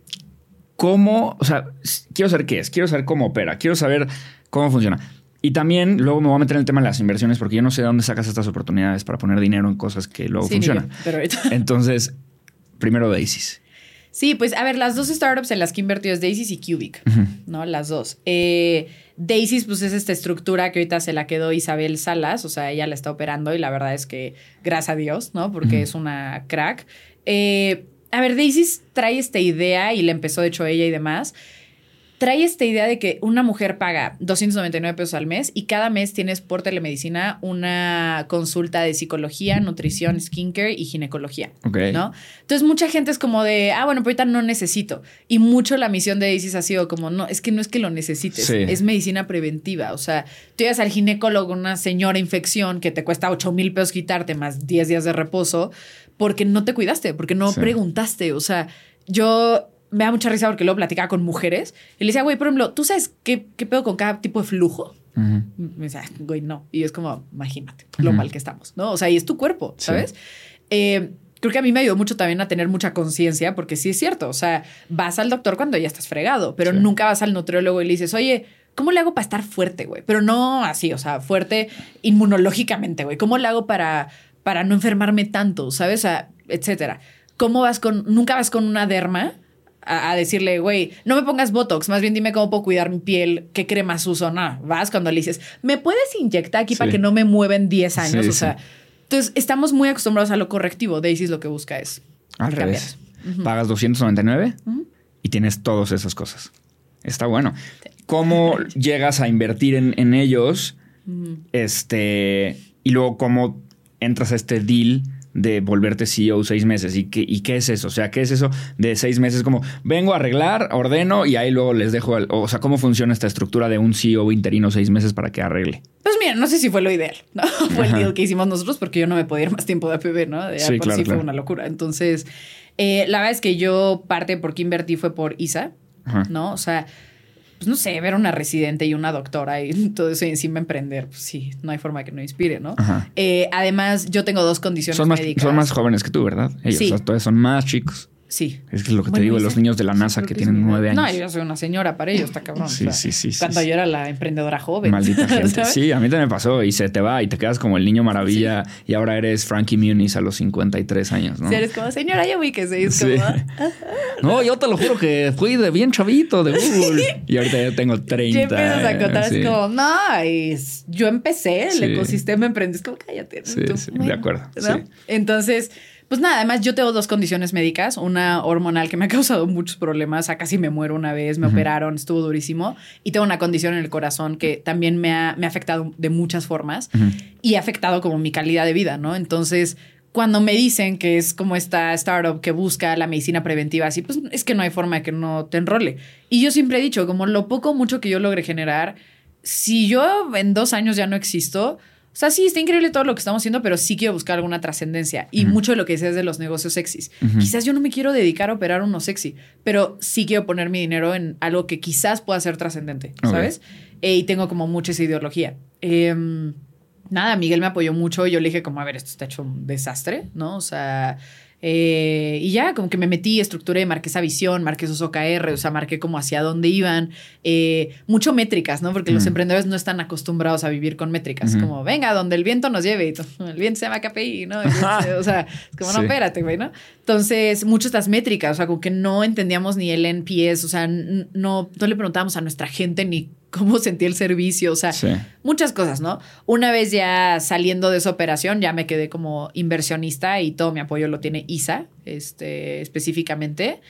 ¿Cómo? O sea, quiero saber qué es. Quiero saber cómo opera. Quiero saber cómo funciona. Y también luego me voy a meter en el tema de las inversiones, porque yo no sé de dónde sacas estas oportunidades para poner dinero en cosas que luego sí, funcionan. Pero entonces, primero Daisies.
Sí, pues a ver, las dos startups en las que he invertido es Daisies y Cubic, uh-huh. ¿no? Las dos. Eh, Daisies, pues es esta estructura que ahorita se la quedó Isabel Salas, o sea, ella la está operando y la verdad es que gracias a Dios, ¿no? Porque uh-huh. es una crack. Eh, a ver, Daisies trae esta idea y la empezó de hecho ella y demás. Trae esta idea de que una mujer paga doscientos noventa y nueve pesos al mes y cada mes tienes por telemedicina una consulta de psicología, nutrición, skincare y ginecología.
Okay.
¿No? Entonces mucha gente es como de, ah, bueno, pero ahorita no necesito. Y mucho la misión de Daisies ha sido como, no, es que no es que lo necesites, sí. es medicina preventiva. O sea, tú llegas al ginecólogo, una señora infección que te cuesta ocho mil pesos quitarte más diez días de reposo porque no te cuidaste, porque no sí. preguntaste. O sea, yo... me da mucha risa porque luego platicaba con mujeres y le decía, güey, por ejemplo, ¿tú sabes qué, qué pedo con cada tipo de flujo? Uh-huh. Me decía, güey, no. Y es como, imagínate uh-huh. lo mal que estamos, ¿no? O sea, y es tu cuerpo, ¿sabes? Sí. Eh, creo que a mí me ayudó mucho también a tener mucha conciencia porque sí es cierto. O sea, vas al doctor cuando ya estás fregado, pero sí. nunca vas al nutriólogo y le dices, oye, ¿cómo le hago para estar fuerte, güey? Pero no así, o sea, fuerte inmunológicamente, güey. ¿Cómo le hago para, para no enfermarme tanto, ¿sabes? O sea, etcétera. ¿Cómo vas con... Nunca vas con una derma a, a decirle, güey, no me pongas Botox, más bien dime cómo puedo cuidar mi piel, qué cremas uso. No, vas cuando le dices, ¿me puedes inyectar aquí sí. para que no me mueven diez años? Sí, o sea, sí. entonces estamos muy acostumbrados a lo correctivo. Daisy lo que busca es
al revés. Uh-huh. Pagas doscientos noventa y nueve uh-huh. y tienes todas esas cosas. Está bueno. ¿Cómo llegas a invertir en, en ellos? Uh-huh. Este, y luego cómo entras a este deal de volverte C E O seis meses. ¿Y qué, ¿Y qué es eso? O sea, ¿qué es eso de seis meses? Como vengo a arreglar, ordeno y ahí luego les dejo... El, o sea, ¿cómo funciona esta estructura de un C E O interino seis meses para que arregle?
Pues mira, no sé si fue lo ideal, ¿no? Fue el deal que hicimos nosotros porque yo no me podía ir más tiempo de A P B, ¿no? De
sí,
por
claro,
sí
claro.
fue una locura. Entonces, eh, la verdad es que yo parte por qué invertí fue por Isa, Ajá. ¿no? O sea... pues no sé, ver una residente y una doctora y todo eso y encima emprender, pues sí, no hay forma que no inspire, ¿no? Eh, además, yo tengo dos condiciones
son más,
médicas.
Son más jóvenes que tú, ¿verdad? Ellos,
sí.
o sea, todavía son más chicos.
Sí.
Es que es lo que bueno, te digo de los niños de la NASA sí, que, que tienen nueve años.
No, yo soy una señora para ellos, está cabrón.
Sí,
o sea,
sí, sí.
Cuando
sí,
yo era la emprendedora joven.
Maldita gente. Sí, a mí también me pasó y se te va y te quedas como el niño maravilla sí. y ahora eres Frankie Muniz a los cincuenta y tres años, ¿no?
Sí, eres como, señora, ya vi que se es sí. como...
No, yo te lo juro que fui de bien chavito de Google. Y ahorita ya tengo treinta.
Ya empiezas a contar, sí. es como, no, es... yo empecé, el sí. ecosistema emprendí, es como, cállate.
Sí,
tú,
sí,
bueno,
de acuerdo.
¿no?
Sí.
Entonces... pues nada, además yo tengo dos condiciones médicas, una hormonal que me ha causado muchos problemas, o sea, casi me muero una vez, me uh-huh. operaron, estuvo durísimo, y tengo una condición en el corazón que también me ha, me ha afectado de muchas formas uh-huh. y ha afectado como mi calidad de vida, ¿no? Entonces, cuando me dicen que es como esta startup que busca la medicina preventiva, así, pues es que no hay forma de que no te enrole. Y yo siempre he dicho, como lo poco o mucho que yo logré generar, si yo en dos años ya no existo... o sea, sí, está increíble todo lo que estamos haciendo, pero sí quiero buscar alguna trascendencia. Y uh-huh. mucho de lo que decías de los negocios sexys. Uh-huh. Quizás yo no me quiero dedicar a operar uno sexy, pero sí quiero poner mi dinero en algo que quizás pueda ser trascendente, okay. ¿sabes? Eh, y tengo como mucha esa ideología. Eh, nada, Miguel me apoyó mucho y yo le dije como, a ver, esto está hecho un desastre, ¿no? O sea... Eh, y ya, como que me metí, estructuré, marqué esa visión, marqué esos O K R, o sea, marqué como hacia dónde iban. Eh, mucho métricas, ¿no? Porque uh-huh. los emprendedores no están acostumbrados a vivir con métricas. Uh-huh. Como, venga, donde el viento nos lleve. Y todo, el viento se llama K P I, ¿no? O sea, es como, sí. no, espérate, güey, ¿no? Entonces, muchas estas métricas, o sea, como que no entendíamos ni el N P S, o sea, no, no le preguntábamos a nuestra gente ni cómo sentía el servicio, o sea, sí. muchas cosas, ¿no? Una vez ya saliendo de esa operación, ya me quedé como inversionista y todo mi apoyo lo tiene Isa, este, específicamente,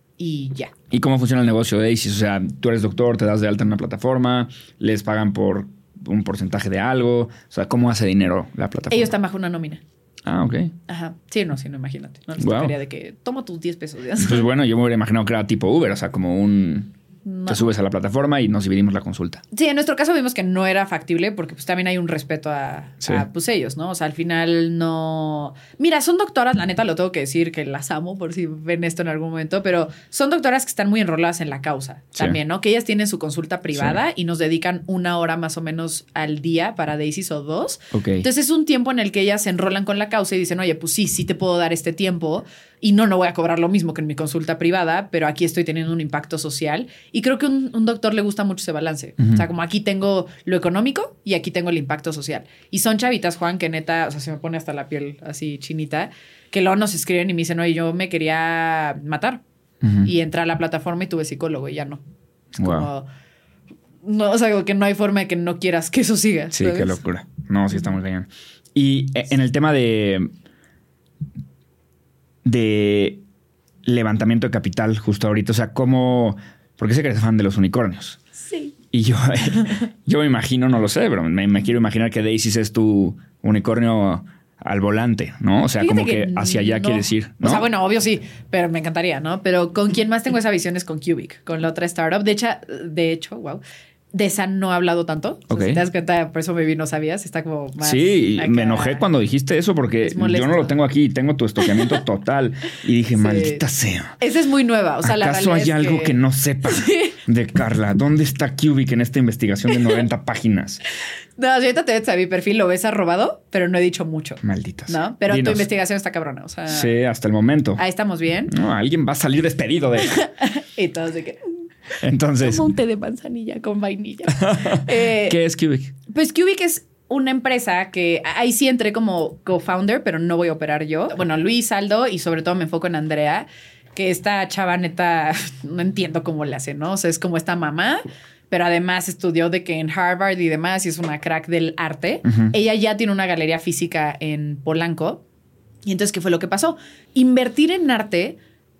y ya.
¿Y cómo funciona el negocio de Daisy? O sea, tú eres doctor, te das de alta en una plataforma, les pagan por un porcentaje de algo, o sea, ¿cómo hace dinero la plataforma?
Ellos están bajo una nómina.
Ah, ok.
Ajá. Sí, no, sí, no, imagínate. No les
wow.
tocaría de que toma tus diez pesos. ¿Ya?
Pues bueno, yo me hubiera imaginado que era tipo Uber, o sea, como un... No. Te subes a la plataforma y nos dividimos la consulta.
Sí, en nuestro caso vimos que no era factible porque pues también hay un respeto a, sí. a pues ellos, ¿no? O sea, al final no... Mira, son doctoras, la neta lo tengo que decir, que las amo por si ven esto en algún momento, pero son doctoras que están muy enroladas en la causa sí. también, ¿no? Que ellas tienen su consulta privada sí. y nos dedican una hora más o menos al día para Daisy o dos.
Okay.
Entonces es un tiempo en el que ellas se enrolan con la causa y dicen, oye, pues sí, sí te puedo dar este tiempo y no, no voy a cobrar lo mismo que en mi consulta privada, pero aquí estoy teniendo un impacto social. Y creo que a un, un doctor le gusta mucho ese balance. Uh-huh. O sea, como aquí tengo lo económico y aquí tengo el impacto social. Y son chavitas, Juan, que neta, o sea, se me pone hasta la piel así chinita, que luego nos escriben y me dicen, oye, yo me quería matar. Uh-huh. Y entré a la plataforma y tuve psicólogo y ya no. Es wow. como... No, o sea, que no hay forma de que no quieras que eso siga.
Sí,
¿sabes?
Qué locura. No, sí está muy cañón. Y en el tema de... de levantamiento de capital justo ahorita. O sea, ¿cómo...? Porque sé que eres fan de los unicornios.
Sí.
Y yo, yo me imagino, no lo sé, pero me, me quiero imaginar que Daisy es tu unicornio al volante, ¿no? O sea, Fíjate como que, que hacia allá
no.
quieres ir, ¿no?
O sea, bueno, obvio sí, pero me encantaría, ¿no? Pero con quien más tengo esa visión es con Cubic, con la otra startup. De hecho, de hecho, wow... De esa no he hablado tanto. Okay. O sea, si te das cuenta, por eso me vi, no sabías. Está como más...
Sí, acá. Me enojé cuando dijiste eso porque yo no lo tengo aquí. Tengo tu estoqueamiento total. Y dije, sí. Maldita sea.
Esa es muy nueva. O sea, la
¿acaso hay
es
algo
que...
que no sepa sí. de Carla? ¿Dónde está Cubic en esta investigación de noventa páginas?
No, si ahorita te ves a mi perfil, lo ves arrobado, pero no he dicho mucho.
Malditas.
¿No? Pero
Dinos.
Tu investigación está cabrona. O sea,
sí, hasta el momento.
Ahí estamos bien.
No, alguien va a salir despedido de eso.
Y todos de que...
Entonces...
Como un té de manzanilla con vainilla. eh,
¿Qué es Cubic?
Pues Cubic es una empresa que ahí sí entré como co-founder, pero no voy a operar yo. Bueno, Luis, Aldo y sobre todo me enfoco en Andrea. que esta chava neta, no entiendo cómo le hace, ¿no? O sea, es como esta mamá, pero además estudió de que en Harvard y demás, y es una crack del arte. Uh-huh. Ella ya tiene una galería física en Polanco. Y entonces, ¿qué fue lo que pasó? Invertir en arte...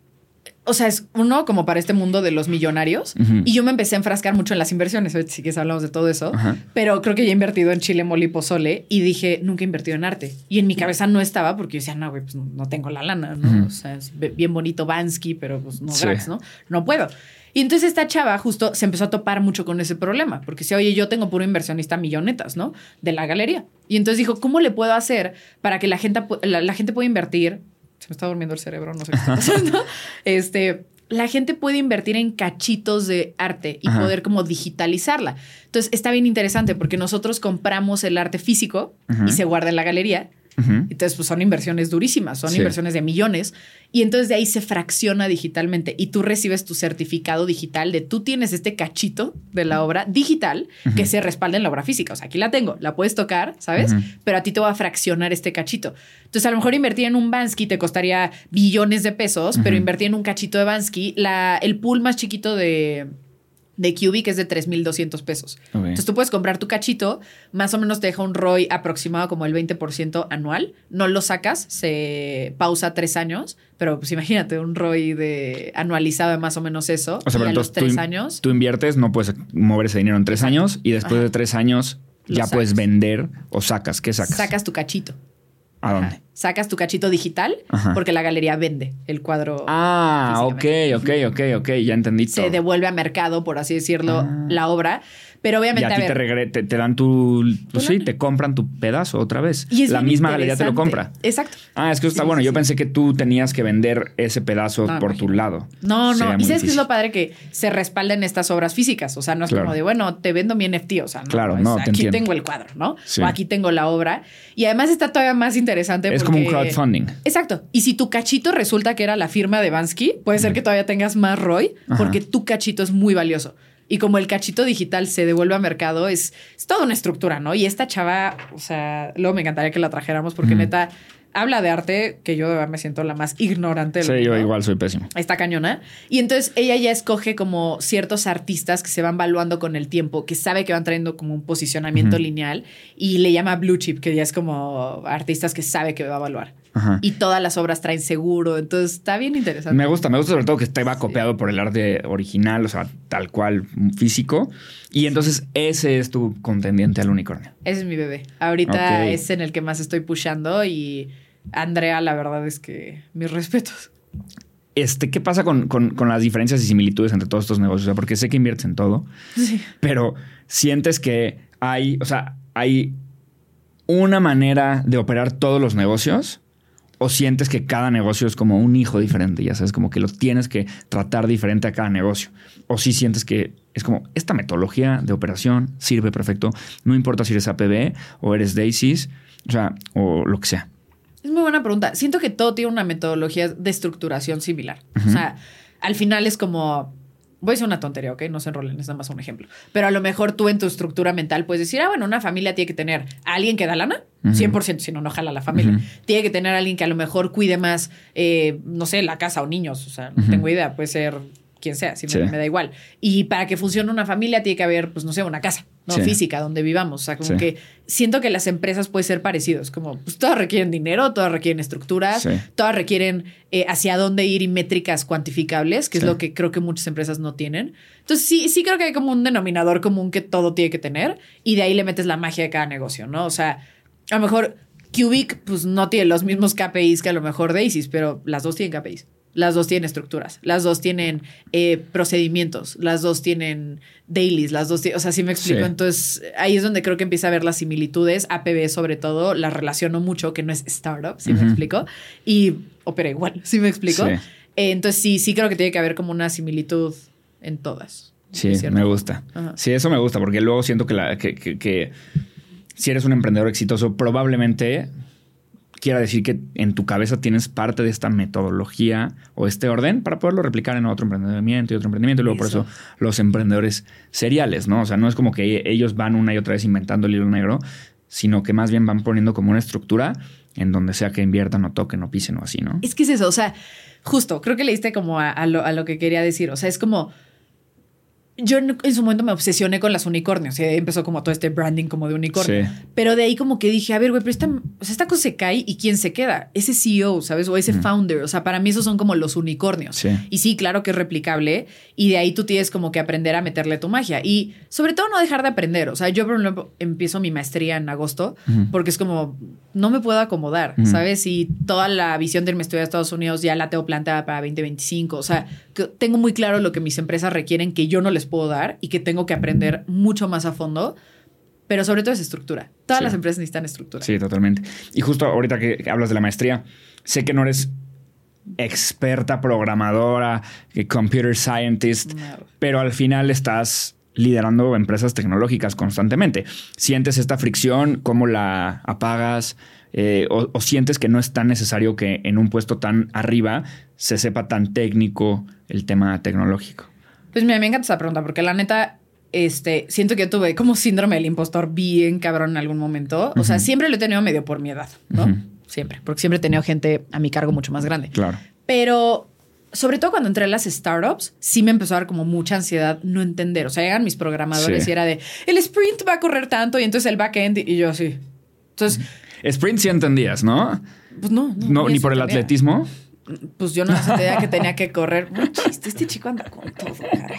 O sea, es uno como para este mundo de los millonarios. Uh-huh. Y yo me empecé a enfrascar mucho en las inversiones. Hoy sí que hablamos de todo eso. Uh-huh. Pero creo que ya he invertido en chile, mole y pozole. Y dije, nunca he invertido en arte. Y en mi cabeza no estaba porque yo decía, no, güey, pues no tengo la lana, ¿no? Uh-huh. O sea, es bien bonito Bansky, pero pues no, sí. Grax, ¿no? No puedo. Y entonces esta chava justo se empezó a topar mucho con ese problema. Porque decía, oye, yo tengo puro inversionista millonetas, ¿no? De la galería. Y entonces dijo, ¿cómo le puedo hacer para que la gente, la, la gente pueda invertir? Se me está durmiendo el cerebro, no sé qué está pasando. este, la gente puede invertir en cachitos de arte y Ajá. poder como digitalizarla. Entonces está bien interesante porque nosotros compramos el arte físico Ajá. y se guarda en la galería. Uh-huh. Entonces, pues son inversiones durísimas, son sí. inversiones de millones. Y entonces de ahí se fracciona digitalmente y tú recibes tu certificado digital de tú tienes este cachito de la obra digital uh-huh. que se respalda en la obra física. O sea, aquí la tengo, la puedes tocar, ¿sabes? Uh-huh. Pero a ti te va a fraccionar este cachito. Entonces, a lo mejor invertir en un Bansky te costaría billones de pesos, uh-huh. pero invertir en un cachito de Bansky, la, el pool más chiquito de... de Cubic es de tres mil doscientos pesos. Okay. Entonces tú puedes comprar tu cachito, más o menos te deja un R O I aproximado como el veinte por ciento anual. No lo sacas, se pausa tres años, pero pues imagínate un R O I de anualizado de más o menos eso.
O sea, pero
a los tres
tú,
años.
Tú inviertes, no puedes mover ese dinero en tres años y después Ajá. de tres años lo ya sacas. Puedes vender o sacas. ¿Qué sacas?
Sacas tu cachito.
¿A dónde?
Ajá. Sacas tu cachito digital Ajá. porque la galería vende el cuadro.
Ah, ok, ok, ok, ok. Ya entendí todo.
Se devuelve a mercado, por así decirlo, ah. la obra. Pero obviamente,
y a ti
a ver,
te, regre- te, te dan tu... Pues sí, te compran tu pedazo otra vez.
Y es
la misma galería te lo compra.
Exacto.
Ah, es que eso está sí, bueno. Sí. Yo pensé que tú tenías que vender ese pedazo no, por imagino. Tu lado.
No, no. Y sabes que es lo padre que se respalden estas obras físicas. O sea, no es claro. como de, bueno, te vendo mi N F T. O sea, no.
Claro,
no,
no,
es,
te
aquí
entiendo.
tengo el cuadro, ¿no?
Sí.
O aquí tengo la obra. Y además está todavía más interesante
es
porque...
como un crowdfunding.
Exacto. Y si tu cachito resulta que era la firma de Bansky, puede ser que todavía tengas más R O I porque Ajá. tu cachito es muy valioso. Y como el cachito digital se devuelve a mercado, es, es toda una estructura, ¿no? Y esta chava, o sea, luego me encantaría que la trajéramos porque mm. neta habla de arte, que yo de verdad me siento la más ignorante del
Sí,
mundo.
yo igual soy pésimo.
Está cañona. Y entonces ella ya escoge como ciertos artistas que se van valuando con el tiempo, que sabe que van trayendo como un posicionamiento uh-huh. lineal y le llama blue chip, que ya es como artistas que sabe que va a evaluar. Ajá. Y todas las obras traen seguro. Entonces está bien interesante.
Me gusta, me gusta sobre todo que estaba copiado sí. por el arte original, o sea, tal cual físico. Y entonces ese es tu contendiente al unicornio.
Ese es mi bebé. Ahorita okay. es en el que más estoy pushando y Andrea, la verdad es que mis respetos.
Este, ¿qué pasa con, con, con las diferencias y similitudes entre todos estos negocios? O sea, porque sé que inviertes en todo, sí. pero sientes que hay, o sea, hay una manera de operar todos los negocios. ¿O sientes que cada negocio es como un hijo diferente? Ya sabes, como que lo tienes que tratar diferente a cada negocio. O sí sientes que es como esta metodología de operación sirve perfecto. No importa si eres A P B o eres Daisies, o sea, o lo que sea.
Es muy buena pregunta. Siento que todo tiene una metodología de estructuración similar. Uh-huh. O sea, al final es como... Voy a decir una tontería, ¿ok? No se enrolen, es nada más un ejemplo. Pero a lo mejor tú en tu estructura mental puedes decir, ah, bueno, una familia tiene que tener a alguien que da lana, uh-huh. cien por ciento, si no, no jala la familia. Uh-huh. Tiene que tener a alguien que a lo mejor cuide más, eh, no sé, la casa o niños. O sea, no uh-huh. tengo idea, puede ser quien sea, si sí. me, me da igual. Y para que funcione una familia tiene que haber, pues no sé, una casa, ¿no? Sí. Física, donde vivamos. O sea, como sí. que siento que las empresas pueden ser parecidos. Como, pues todas requieren dinero, todas requieren estructuras, sí. todas requieren eh, hacia dónde ir y métricas cuantificables, que sí. es lo que creo que muchas empresas no tienen. Entonces, sí, sí creo que hay como un denominador común que todo tiene que tener y de ahí le metes la magia de cada negocio, ¿no? O sea, a lo mejor Cubic, pues no tiene los mismos K P Is que a lo mejor Daisies, pero las dos tienen K P Is. Las dos tienen estructuras, las dos tienen eh, procedimientos, las dos tienen dailies, las dos tienen... O sea, ¿sí me explico? Sí. Entonces, ahí es donde creo que empieza a ver las similitudes. A P B, sobre todo, las relaciono mucho, que no es startup, ¿sí uh-huh. me explico? Y opera igual, ¿sí me explico? Sí. Eh, entonces, sí, sí creo que tiene que haber como una similitud en todas.
Sí, me gusta. Ajá. Sí, eso me gusta, porque luego siento que, la, que, que, que si eres un emprendedor exitoso, probablemente... quiera decir que en tu cabeza tienes parte de esta metodología o este orden para poderlo replicar en otro emprendimiento y otro emprendimiento. Y luego eso. Por eso los emprendedores seriales, ¿no? O sea, no es como que ellos van una y otra vez inventando el hilo negro, sino que más bien van poniendo como una estructura en donde sea que inviertan o toquen o pisen o así, ¿no?
Es que es eso, o sea, justo, creo que le diste como a, a, lo, a lo que quería decir. O sea, es como... Yo en, en su momento me obsesioné con las unicornios. Y ahí empezó como todo este branding como de unicornio.
Sí.
Pero de ahí como que dije, a ver, güey, pero esta, o sea, esta cosa se cae y ¿quién se queda? Ese C E O, ¿sabes? O ese mm. founder. O sea, para mí esos son como los unicornios.
Sí.
Y sí, claro que es replicable. Y de ahí tú tienes como que aprender a meterle tu magia. Y sobre todo no dejar de aprender. O sea, yo por ejemplo empiezo mi maestría en agosto mm. porque es como, no me puedo acomodar, mm. ¿sabes? Y toda la visión de irme a estudiar a Estados Unidos ya la tengo planteada para veinte veinticinco. O sea, que tengo muy claro lo que mis empresas requieren que yo no les puedo dar y que tengo que aprender mucho más a fondo, pero sobre todo es estructura. Todas sí. las empresas necesitan estructura.
Sí, totalmente. Y justo ahorita que hablas de la maestría, sé que no eres experta programadora, computer scientist, no. pero al final estás liderando empresas tecnológicas constantemente. ¿Sientes esta fricción? ¿Cómo la apagas? Eh, o, ¿O sientes que no es tan necesario que en un puesto tan arriba se sepa tan técnico el tema tecnológico?
Pues mira, me encanta esa pregunta porque la neta, este, siento que yo tuve como síndrome del impostor bien cabrón en algún momento. O uh-huh. sea, siempre lo he tenido medio por mi edad, ¿no? Uh-huh. Siempre, porque siempre he tenido gente a mi cargo mucho más grande.
Claro.
Pero sobre todo cuando entré a las startups, sí me empezó a dar como mucha ansiedad no entender. O sea, llegan mis programadores sí. y era de, el sprint va a correr tanto y entonces el backend y yo así. Entonces...
Sprint sí entendías, ¿no?
Pues no.
No, no ni por el entendía. Atletismo.
Pues yo no sabía que tenía que correr. Muy chiste, este chico anda con todo, caray.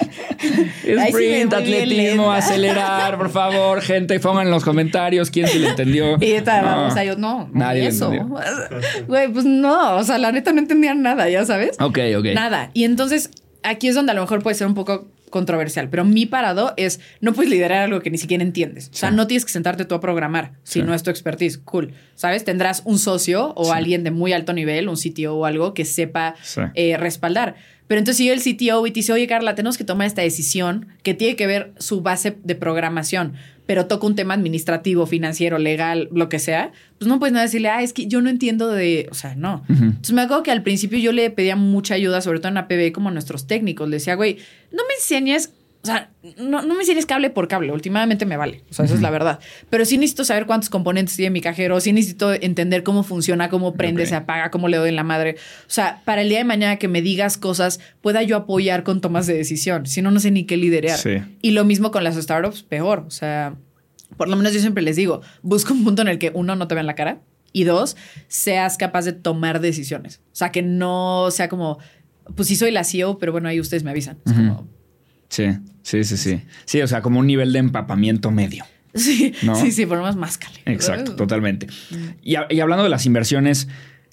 Sprint, sí atletismo, acelerar, por favor, gente, pongan en los comentarios quién se le entendió.
Y esta, no, vamos a yo, no, nadie eso. Güey, pues no, o sea, la neta no entendía nada, ya sabes.
Ok, ok.
Nada. Y entonces aquí es donde a lo mejor puede ser un poco controversial, pero mi parado es no puedes liderar algo que ni siquiera entiendes. O sea, sí. no tienes que sentarte tú a programar si sí. no es tu expertise. Cool. ¿Sabes? Tendrás un socio o sí. alguien de muy alto nivel, un C T O o algo que sepa sí. eh, respaldar. Pero entonces sigue el C T O y te dice, oye, Carla, tenemos que tomar esta decisión que tiene que ver su base de programación, pero toca un tema administrativo, financiero, legal, lo que sea. Pues no puedes nada decirle, ah, es que yo no entiendo de... O sea, no. Uh-huh. Entonces me acuerdo que al principio yo le pedía mucha ayuda, sobre todo en A P B, como a nuestros técnicos. Le decía, güey, no me enseñes... O sea, no, no me enseñes cable por cable. Últimamente me vale. O sea, uh-huh. eso es la verdad. Pero sí necesito saber cuántos componentes tiene mi cajero. Sí necesito entender cómo funciona, cómo prende, okay. se apaga, cómo le doy en la madre. O sea, para el día de mañana que me digas cosas, pueda yo apoyar con tomas de decisión. Si no, no sé ni qué liderar.
Sí.
Y lo mismo con las startups, peor. O sea, por lo menos yo siempre les digo, busca un punto en el que uno, no te vea en la cara. Y dos, seas capaz de tomar decisiones. O sea, que no sea como, pues sí soy la C E O, pero bueno, ahí ustedes me avisan. Es uh-huh. como...
Sí, sí, sí, sí. Sí, o sea, como un nivel de empapamiento medio.
Sí,
¿no?
sí, sí, por lo menos más caliente.
Exacto, totalmente. Y, y hablando de las inversiones,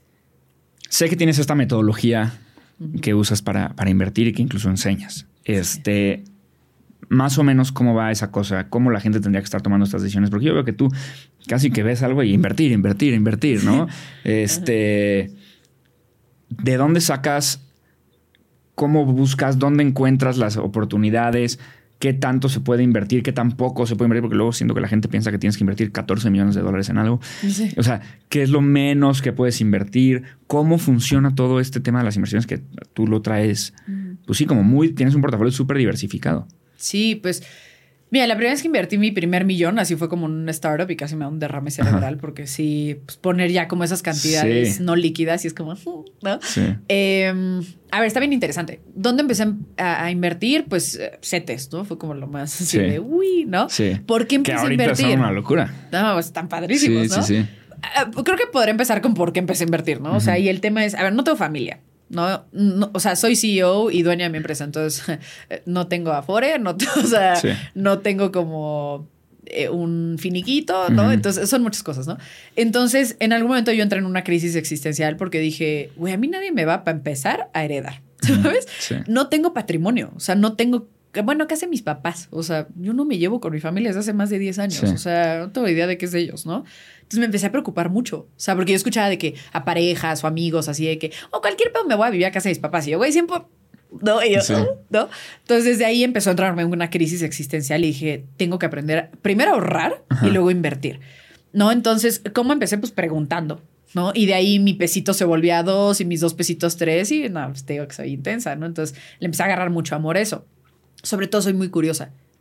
sé que tienes esta metodología uh-huh. que usas para, para invertir y que incluso enseñas. Este, sí. Más o menos, ¿cómo va esa cosa? ¿Cómo la gente tendría que estar tomando estas decisiones? Porque yo veo que tú casi que ves algo y invertir, invertir, invertir, ¿no? Este, ¿de dónde sacas... ¿Cómo buscas? ¿Dónde encuentras las oportunidades? ¿Qué tanto se puede invertir? ¿Qué tan poco se puede invertir? Porque luego siento que la gente piensa que tienes que invertir catorce millones de dólares en algo. Sí. O sea, ¿qué es lo menos que puedes invertir? ¿Cómo funciona todo este tema de las inversiones que tú lo traes? Mm. Pues sí, como muy... Tienes un portafolio súper diversificado.
Sí, pues... Mira, la primera vez que invertí mi primer millón, así fue como en una startup y casi me da un derrame cerebral. Ajá. Porque sí, pues poner ya como esas cantidades sí. no líquidas y es como, ¿no?
Sí.
Eh, a ver, está bien interesante. ¿Dónde empecé a, a invertir? Pues CETES, ¿no? Fue como lo más así sí. de, uy, ¿no?
Sí.
¿Por qué empecé
que
a invertir?
Es una locura.
No, están padrísimos,
sí,
¿no?
Sí, sí,
uh, Creo que podré empezar con por qué empecé a invertir, ¿no? Uh-huh. O sea, y el tema es, a ver, no tengo familia. No, no, o sea, soy C E O y dueña de mi empresa, entonces no tengo Afore, no, o sea, sí. no tengo como eh, un finiquito, ¿no? Uh-huh. Entonces son muchas cosas, ¿no? Entonces, en algún momento yo entré en una crisis existencial porque dije, güey, a mí nadie me va para empezar a heredar, ¿sabes?
Sí.
No tengo patrimonio, o sea, no tengo... Bueno, ¿qué hacen mis papás? O sea, yo no me llevo con mi familia desde hace más de diez años. Sí. O sea, no tengo idea de qué es de ellos, ¿no? Entonces me empecé a preocupar mucho. O sea, porque yo escuchaba de que a parejas o amigos así de que, o oh, cualquier pedo me voy a vivir a casa de mis papás. Y yo, güey, siempre... No, y yo, sí. ¿no? Entonces desde ahí empezó a entrarme en una crisis existencial y dije, tengo que aprender primero a ahorrar Ajá. y luego invertir, ¿no? Entonces, ¿cómo empecé? Pues preguntando, ¿no? Y de ahí mi pesito se volvía a dos y mis dos pesitos tres y no, pues te digo que soy intensa, ¿no? Entonces le empecé a agarrar mucho amor a eso. Sobre todo soy muy curiosa.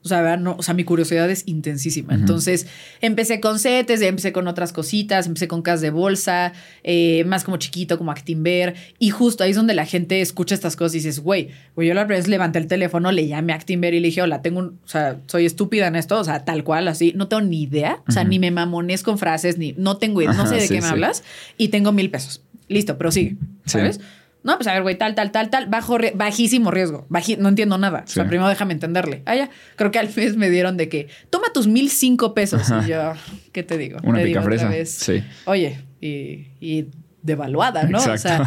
O sea, no, o sea, mi curiosidad es intensísima. Uh-huh. Entonces, empecé con setes, empecé con otras cositas, empecé con casas de bolsa, eh, más como chiquito, como Actinver. Y justo ahí es donde la gente escucha estas cosas y dices, güey, güey, yo la primera vez levanté el teléfono, le llamé a Actinver y le dije, hola, tengo un, o sea, soy estúpida en esto, o sea, tal cual, así, no tengo ni idea. Uh-huh. O sea, ni me mamones con frases, ni, no tengo idea, no sé de sí, qué me sí. hablas. Y tengo mil pesos. Listo, prosigue, ¿sabes? Sí. No, pues a ver, güey, tal, tal, tal, tal, bajo, bajísimo riesgo. Bají, no entiendo nada. Sí. O sea, primero déjame entenderle. Ah, ya. Creo que al mes me dieron de que toma tus mil cinco pesos. Ajá. Y yo, ¿qué te digo?
Una
te
picafresa.
Digo
sí.
Oye, y, y devaluada, ¿no?
Exacto.
O sea,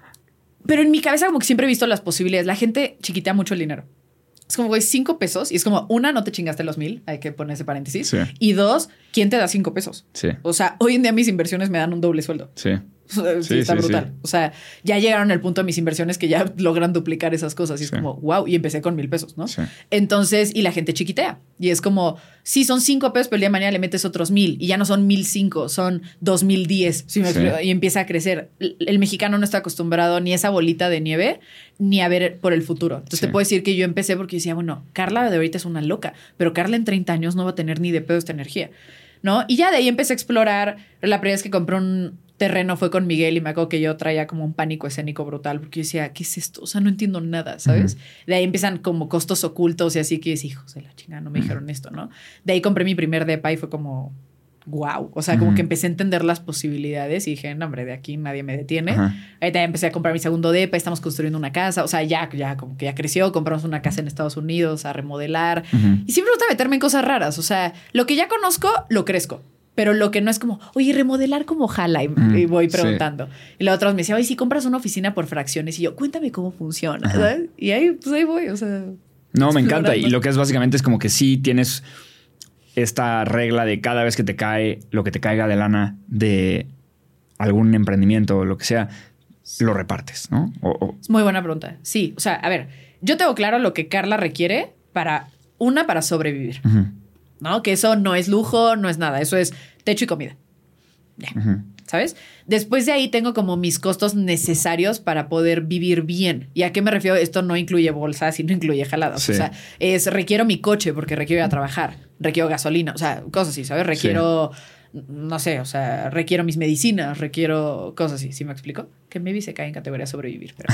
pero en mi cabeza como que siempre he visto las posibilidades. La gente chiquitea mucho el dinero. Es como, güey, cinco pesos. Y es como, una, no te chingaste los mil. Hay que poner ese paréntesis. Sí. Y dos, ¿quién te da cinco pesos?
Sí.
O sea, hoy en día mis inversiones me dan un doble sueldo.
Sí.
Sí,
sí,
está
sí,
brutal.
Sí.
O sea, ya llegaron al punto de mis inversiones que ya logran duplicar esas cosas. Y es sí. como, wow. Y empecé con mil pesos, ¿no?
Sí.
Entonces, y la gente chiquitea. Y es como, sí, son cinco pesos, pero el día de mañana le metes otros mil. Y ya no son mil cinco, son dos mil diez. ¿Sí me explico? Y empieza a crecer. El, el mexicano no está acostumbrado ni a esa bolita de nieve, ni a ver por el futuro. Entonces, sí. te puedo decir que yo empecé porque decía, bueno, Carla de ahorita es una loca. Pero Carla en treinta años no va a tener ni de pedo esta energía, ¿no? Y ya de ahí empecé a explorar. La primera vez que compré un terreno fue con Miguel y me acuerdo que yo traía como un pánico escénico brutal porque yo decía, ¿qué es esto? O sea, no entiendo nada, ¿sabes? Uh-huh. De ahí empiezan como costos ocultos y así que es, hijos de la chingada, no me uh-huh. dijeron esto, ¿no? De ahí compré mi primer depa y fue como, wow. O sea, uh-huh. como que empecé a entender las posibilidades y dije, no, hombre, de aquí nadie me detiene. Uh-huh. Ahí también empecé a comprar mi segundo depa, estamos construyendo una casa. O sea, ya, ya como que ya creció, compramos una casa en Estados Unidos a remodelar. Uh-huh. Y siempre me gusta meterme en cosas raras. O sea, lo que ya conozco, lo crezco. Pero lo que no es como, oye, remodelar como jala. Y, mm, y voy preguntando. Sí. Y la otra me decía, oye, si compras una oficina por fracciones. Y yo, cuéntame cómo funciona. ¿Sabes? Y ahí, pues ahí voy. O sea,
no, me encanta. Y lo que es básicamente es como que sí tienes esta regla de cada vez que te cae lo que te caiga de lana de algún emprendimiento o lo que sea, sí. lo repartes, ¿no? O, o...
Es muy buena pregunta. Sí. O sea, a ver, yo tengo claro lo que Carla requiere para, una, para sobrevivir. Uh-huh. ¿No? Que eso no es lujo, no es nada. Eso es techo y comida. Ya. Uh-huh. ¿Sabes? Después de ahí tengo como mis costos necesarios para poder vivir bien. ¿Y a qué me refiero? Esto no incluye bolsas y no incluye jaladas. Sí. O sea, es requiero mi coche porque requiero ir a trabajar. Requiero gasolina. O sea, cosas así, ¿sabes? Requiero... Sí. No sé, o sea, requiero mis medicinas, requiero cosas así. ¿Sí me explico? Que maybe se cae en categoría sobrevivir. Pero...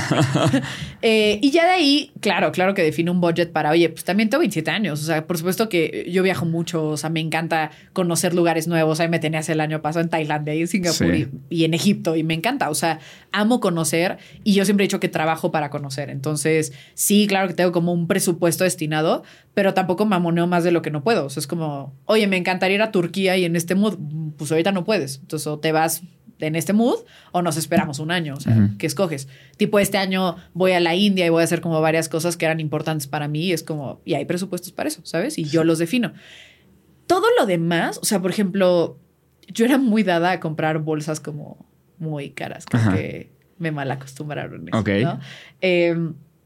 eh, y ya de ahí, claro, claro que defino un budget para, oye, pues también tengo veintisiete años. O sea, por supuesto que yo viajo mucho. O sea, me encanta conocer lugares nuevos. Ahí me tenías el año pasado en Tailandia y en Singapur sí. y, y en Egipto. Y me encanta. O sea, amo conocer. Y yo siempre he dicho que trabajo para conocer. Entonces, sí, claro que tengo como un presupuesto destinado, pero tampoco mamoneo más de lo que no puedo. O sea, es como, oye, me encantaría ir a Turquía y en este mood, pues ahorita no puedes. Entonces, o te vas en este mood o nos esperamos un año. O sea, uh-huh. ¿qué escoges? Tipo, este año voy a la India y voy a hacer como varias cosas que eran importantes para mí. Y es como, y hay presupuestos para eso, ¿sabes? Y yo los defino. Todo lo demás, o sea, por ejemplo, yo era muy dada a comprar bolsas como muy caras. Creo uh-huh. que me mal acostumbraron eso, okay. ¿no? Eh,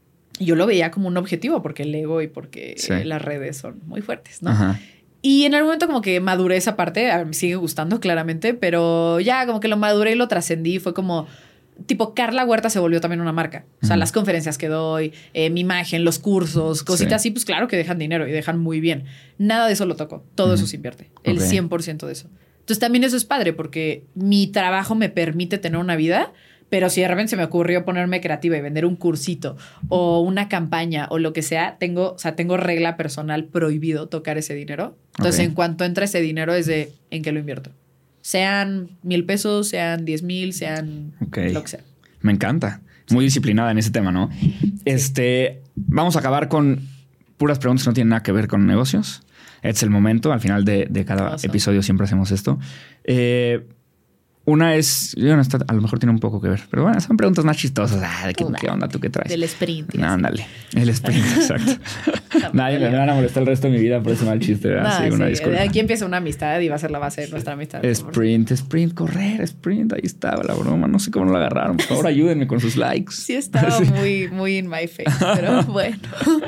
yo lo veía como un objetivo porque el ego y porque sí. las redes son muy fuertes, ¿no? Uh-huh. Y en algún momento como que maduré esa parte, a mí me sigue gustando claramente, pero ya como que lo maduré y lo trascendí. Fue como, tipo, Carla Huerta se volvió también una marca. O sea, uh-huh. las conferencias que doy, eh, mi imagen, los cursos, cositas sí. así, pues claro que dejan dinero y dejan muy bien. Nada de eso lo toco, todo uh-huh. eso se invierte, okay. el cien por ciento de eso. Entonces también eso es padre porque mi trabajo me permite tener una vida. Pero si de repente se me ocurrió ponerme creativa y vender un cursito o una campaña o lo que sea, tengo, o sea, tengo regla personal prohibido tocar ese dinero. Entonces, okay. en cuanto entra ese dinero es de en qué lo invierto. Sean mil pesos, sean diez mil, sean okay. lo que sea.
Me encanta. Muy disciplinada en ese tema, ¿no? Sí. Este, vamos a acabar con puras preguntas que no tienen nada que ver con negocios. Este es el momento. Al final de, de cada awesome. episodio siempre hacemos esto. Eh... Una es, bueno, esta a lo mejor tiene un poco que ver, pero bueno, son preguntas más chistosas. Ah, ¿de qué, qué onda tú qué traes?
Del sprint.
No, ándale. El sprint, exacto. Nadie me van a molestar el resto de mi vida por ese mal chiste. ¿verdad? No, sí, una sí. disculpa.
Aquí empieza una amistad y va a ser la base de nuestra amistad.
Sprint, sprint, correr, sprint. Ahí estaba la broma. No sé cómo no la agarraron. Por favor, ayúdenme con sus likes.
Sí, estaba sí. muy, muy in my face, pero bueno.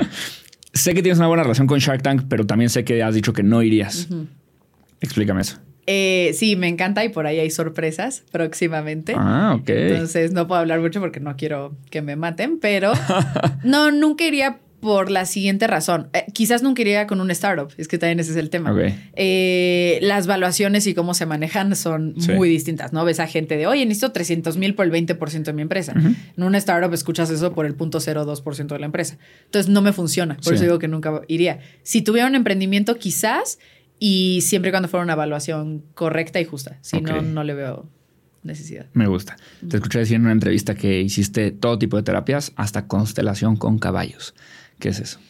Sé que tienes una buena relación con Shark Tank, pero también sé que has dicho que no irías. Uh-huh. Explícame eso.
Eh, sí, me encanta y por ahí hay sorpresas próximamente.
Ah, ok.
Entonces no puedo hablar mucho porque no quiero que me maten, pero no, nunca iría por la siguiente razón. Eh, quizás nunca iría con un startup. Es que también ese es el tema.
Okay.
Eh, las valuaciones y cómo se manejan son sí. muy distintas, ¿no? Ves a gente de, oye, necesito trescientos mil por el veinte por ciento de mi empresa. Uh-huh. En una startup escuchas eso por el cero punto cero dos por ciento de la empresa. Entonces no me funciona. Por sí. eso digo que nunca iría. Si tuviera un emprendimiento, quizás, y siempre y cuando fuera una evaluación correcta y justa. Si okay. no, no le veo necesidad.
Me gusta. Te escuché decir en una entrevista que hiciste todo tipo de terapias, hasta constelación con caballos. ¿Qué es eso?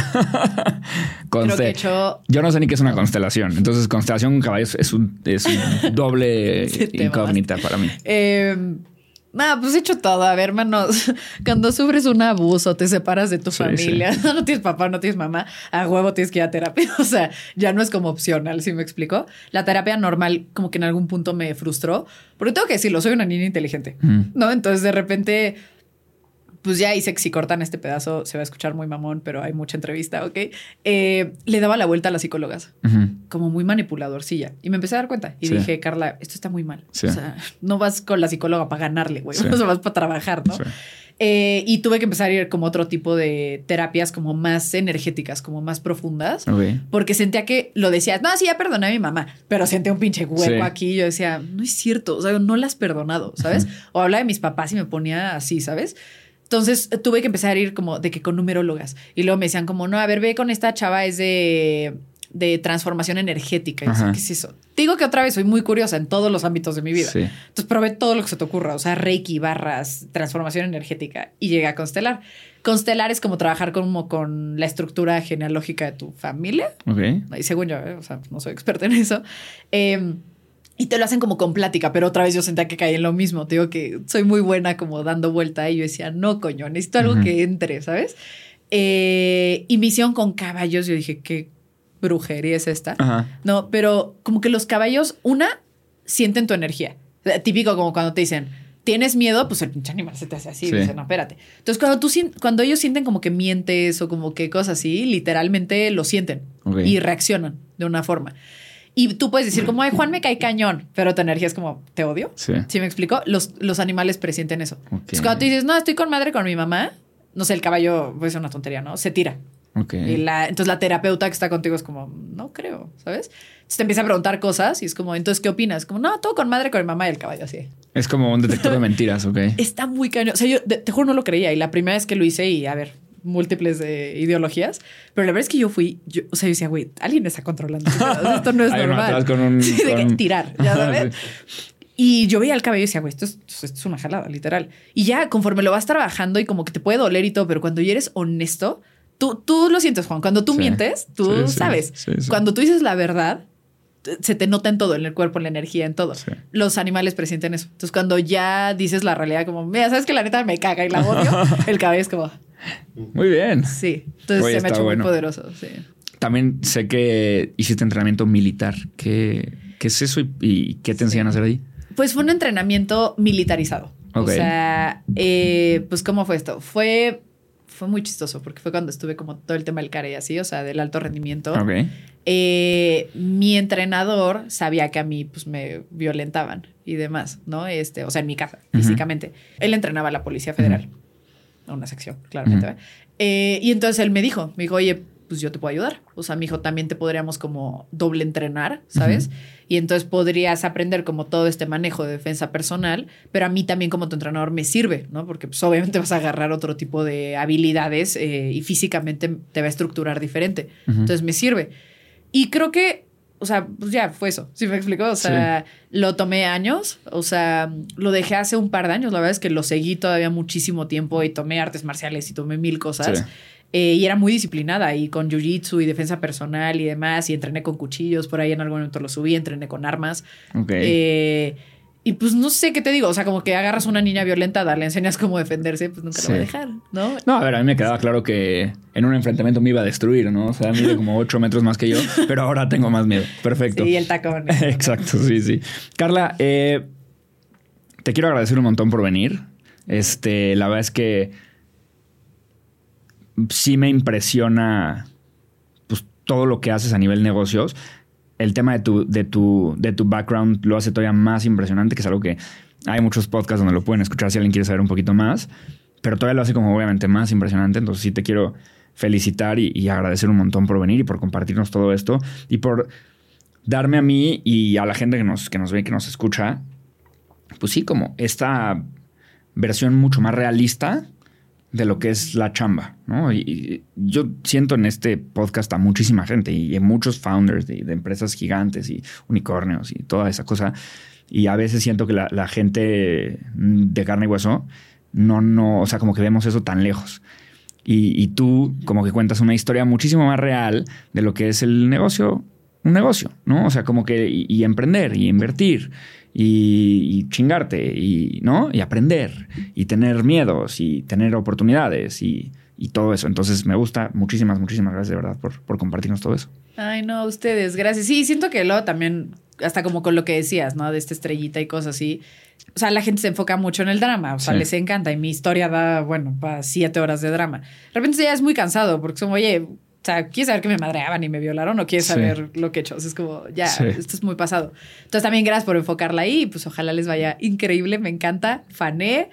Creo que he hecho...
Yo no sé ni qué es una constelación. Entonces, constelación con caballos es un, es un doble incógnita para mí.
Eh, nada, pues he hecho todo. A ver, hermanos, cuando sufres un abuso, te separas de tu sí, familia, sí. no tienes papá, no tienes mamá, a huevo tienes que ir a terapia. O sea, ya no es como opcional, ¿sí me explico? La terapia normal como que en algún punto me frustró. Porque tengo que decirlo, soy una niña inteligente, mm. ¿no? Entonces, de repente... pues ya hice que si cortan este pedazo se va a escuchar muy mamón, pero hay mucha entrevista, ¿ok? Eh, le daba la vuelta a las psicólogas, uh-huh. como muy manipuladorcilla. Y me empecé a dar cuenta. Y sí. dije, Carla, esto está muy mal. Sí. O sea, no vas con la psicóloga para ganarle, güey. Sí. O sea, vas para trabajar, ¿no? Sí. Eh, y tuve que empezar a ir como otro tipo de terapias como más energéticas, como más profundas. Okay. Porque sentía que lo decías, no, sí, ya perdoné a mi mamá, pero sentía un pinche hueco sí. aquí. Y yo decía, no es cierto. O sea, no la has perdonado, ¿sabes? Uh-huh. O hablaba de mis papás y me ponía así, ¿sabes? Entonces tuve que empezar a ir como de que con numerólogas. Y luego me decían como, no, a ver, ve con esta chava, es de, de transformación energética. Y yo, ¿qué es eso? Te digo que otra vez soy muy curiosa en todos los ámbitos de mi vida. Sí. Entonces probé todo lo que se te ocurra. O sea, Reiki, barras, transformación energética. Y llegué a constelar. Constelar es como trabajar como con la estructura genealógica de tu familia. Okay. Y según yo, ¿eh? O sea, no soy experta en eso. Eh... Y te lo hacen como con plática, pero otra vez yo sentía que caí en lo mismo. Te digo que soy muy buena como dando vuelta y yo decía, no, coño, necesito algo uh-huh. que entre, ¿sabes? Eh, y misión con caballos, yo dije, ¿qué brujería es esta? Uh-huh. No, pero como que los caballos, una, sienten tu energía. Típico como cuando te dicen, ¿tienes miedo? Pues el pinche animal se te hace así. Sí. Y dice, no, espérate. Entonces, cuando, tú, cuando ellos sienten como que mientes o como que cosas así, literalmente lo sienten okay. y reaccionan de una forma. Y tú puedes decir como, ay, Juan me cae cañón, pero tu energía es como, ¿te odio? Sí. ¿Sí me explico? Los, los animales presienten eso. Okay. Entonces, cuando tú dices, no, estoy con madre con mi mamá, no sé, el caballo, pues es una tontería, ¿no? Se tira. Okay. Y la, entonces la terapeuta que está contigo es como, no creo, ¿sabes? Entonces te empieza a preguntar cosas y es como, entonces, ¿qué opinas? Como, no, todo con madre con mi mamá y el caballo así.
Es como un detector de mentiras, ¿ok?
Está muy cañón. O sea, yo te, te juro no lo creía. Y la primera vez que lo hice y, a ver... múltiples de ideologías, pero la verdad es que yo fui, yo, o sea, yo decía, güey, alguien está controlando. Esto no es normal.
Con un,
sí, de
con...
que tirar, ya sabes. Sí. Y yo veía el cabello y decía, güey, esto es, esto es una jalada, literal. Y ya conforme lo vas trabajando y como que te puede doler y todo, pero cuando ya eres honesto, tú, tú lo sientes, Juan. Cuando tú sí. mientes, tú sí, sabes. Sí, sí, sí. Cuando tú dices la verdad, se te nota en todo, en el cuerpo, en la energía, en todo. Sí. Los animales presienten eso. Entonces, cuando ya dices la realidad, como, mira, sabes que la neta me caga y la odio, el cabello es como...
Muy bien.
Sí. Entonces Oye, se me ha hecho bueno. muy poderoso. Sí.
También sé que hiciste entrenamiento militar. ¿Qué, qué es eso y, y qué te sí. enseñan a hacer ahí?
Pues fue un entrenamiento militarizado. Okay. O sea, eh, pues ¿cómo fue esto? Fue, fue muy chistoso porque fue cuando estuve como todo el tema del care y así, o sea, del alto rendimiento. Okay. Eh, mi entrenador sabía que a mí pues me violentaban y demás, ¿no? Este, o sea, en mi casa, uh-huh. físicamente. Él entrenaba a la Policía Federal. Uh-huh. Una sección, claramente. Uh-huh. Eh, y entonces él me dijo, me dijo, oye, pues yo te puedo ayudar. O sea, mi hijo, también te podríamos como doble entrenar, ¿sabes? Uh-huh. Y entonces podrías aprender como todo este manejo de defensa personal, pero a mí también como tu entrenador me sirve, ¿no? Porque pues obviamente vas a agarrar otro tipo de habilidades eh, y físicamente te va a estructurar diferente. Uh-huh. Entonces me sirve. Y creo que, o sea, pues ya fue eso. ¿Sí me explico? O sea, sí. lo tomé años. O sea, lo dejé hace un par de años. La verdad es que lo seguí todavía muchísimo tiempo y tomé artes marciales y tomé mil cosas. Sí. Eh, y era muy disciplinada y con jiu-jitsu y defensa personal y demás. Y entrené con cuchillos. Por ahí en algún momento lo subí. Entrené con armas. Ok. Eh, y pues no sé qué te digo. O sea, como que agarras a una niña violentada, le enseñas cómo defenderse, pues nunca sí. la va a dejar, ¿no?
No, a ver, a mí me quedaba claro que en un enfrentamiento me iba a destruir, ¿no? O sea, mide como ocho metros más que yo, pero ahora tengo más miedo. Perfecto.
Sí, y el tacón.
Exacto, sí, sí. Carla, eh, te quiero agradecer un montón por venir. Este, la verdad es que sí me impresiona pues todo lo que haces a nivel negocios. El tema de tu, de, tu, de tu background lo hace todavía más impresionante, que es algo que hay muchos podcasts donde lo pueden escuchar si alguien quiere saber un poquito más, pero todavía lo hace como obviamente más impresionante. Entonces sí te quiero felicitar y, y agradecer un montón por venir y por compartirnos todo esto y por darme a mí y a la gente que nos, que nos ve y que nos escucha, pues sí, como esta versión mucho más realista de lo que es la chamba, ¿no? Y, y yo siento en este podcast a muchísima gente y en muchos founders de, de empresas gigantes y unicornios y toda esa cosa. Y a veces siento que la, la gente de carne y hueso no, no, o sea, como que vemos eso tan lejos. Y, y tú como que cuentas una historia muchísimo más real de lo que es el negocio, un negocio, ¿no? O sea, como que y, y emprender y invertir. Y, y chingarte y, ¿no? y aprender y tener miedos y tener oportunidades y, y todo eso. Entonces me gusta. Muchísimas, muchísimas gracias de verdad por, por compartirnos todo eso.
Ay, no, ustedes, gracias. Sí, siento que luego también, hasta como con lo que decías, ¿no? De esta estrellita y cosas así. O sea, la gente se enfoca mucho en el drama. O sea, sí. les encanta. Y mi historia da, bueno, para siete horas de drama. De repente ya es muy cansado porque son, oye... O sea, ¿quieres saber que me madreaban y me violaron o quieres saber sí. lo que he hecho? O sea, es como, ya, sí. esto es muy pasado. Entonces, también gracias por enfocarla ahí. Pues ojalá les vaya increíble. Me encanta. Fané.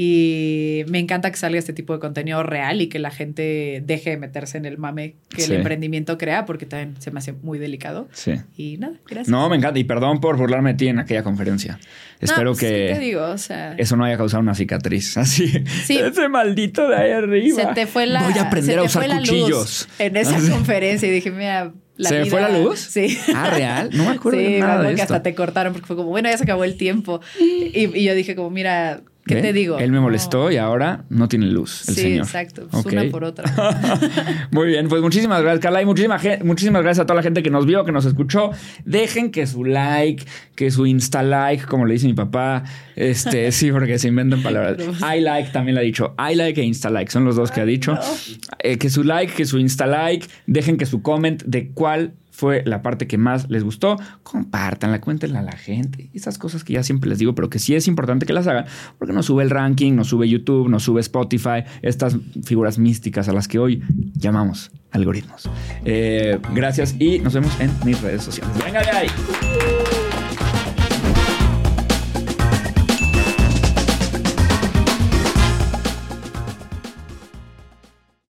Y me encanta que salga este tipo de contenido real y que la gente deje de meterse en el mame que sí. el emprendimiento crea, porque también se me hace muy delicado.
Sí.
Y nada, gracias.
No, me encanta. Y perdón por burlarme de ti en aquella conferencia. No, Espero
pues,
que
¿qué te digo? O sea,
eso no haya causado una cicatriz. Así.
Sí.
Ese maldito de ahí arriba.
Se te fue la
Voy a aprender a usar cuchillos.
En esa
Así.
conferencia y dije, mira... La
¿Se
vida...
me fue la luz?
Sí.
Ah, ¿real? No me acuerdo
sí,
de nada
me
de
que
esto.
hasta te cortaron porque fue como, bueno, ya se acabó el tiempo. Y, y yo dije como, mira, ¿qué
¿Ve?
te digo?
Él me molestó no. y ahora no tiene luz el
sí,
señor.
Sí, exacto. Pues
okay.
una por otra.
Muy bien. Pues muchísimas gracias, Carla. Y muchísimas, muchísimas gracias a toda la gente que nos vio, que nos escuchó. Dejen que su like, que su insta like, como le dice mi papá. Este, sí, porque se inventan palabras. I like también lo ha dicho. I like e insta like. Son los dos que ha dicho.
No.
Eh, que su like, que su insta like. Dejen que su comment de cuál fue la parte que más les gustó. Compártanla, cuéntenla a la gente. Esas cosas que ya siempre les digo, pero que sí es importante que las hagan, porque nos sube el ranking, nos sube YouTube, nos sube Spotify, estas figuras místicas a las que hoy llamamos algoritmos. Eh, gracias y nos vemos en mis redes sociales. ¡Venga de ahí!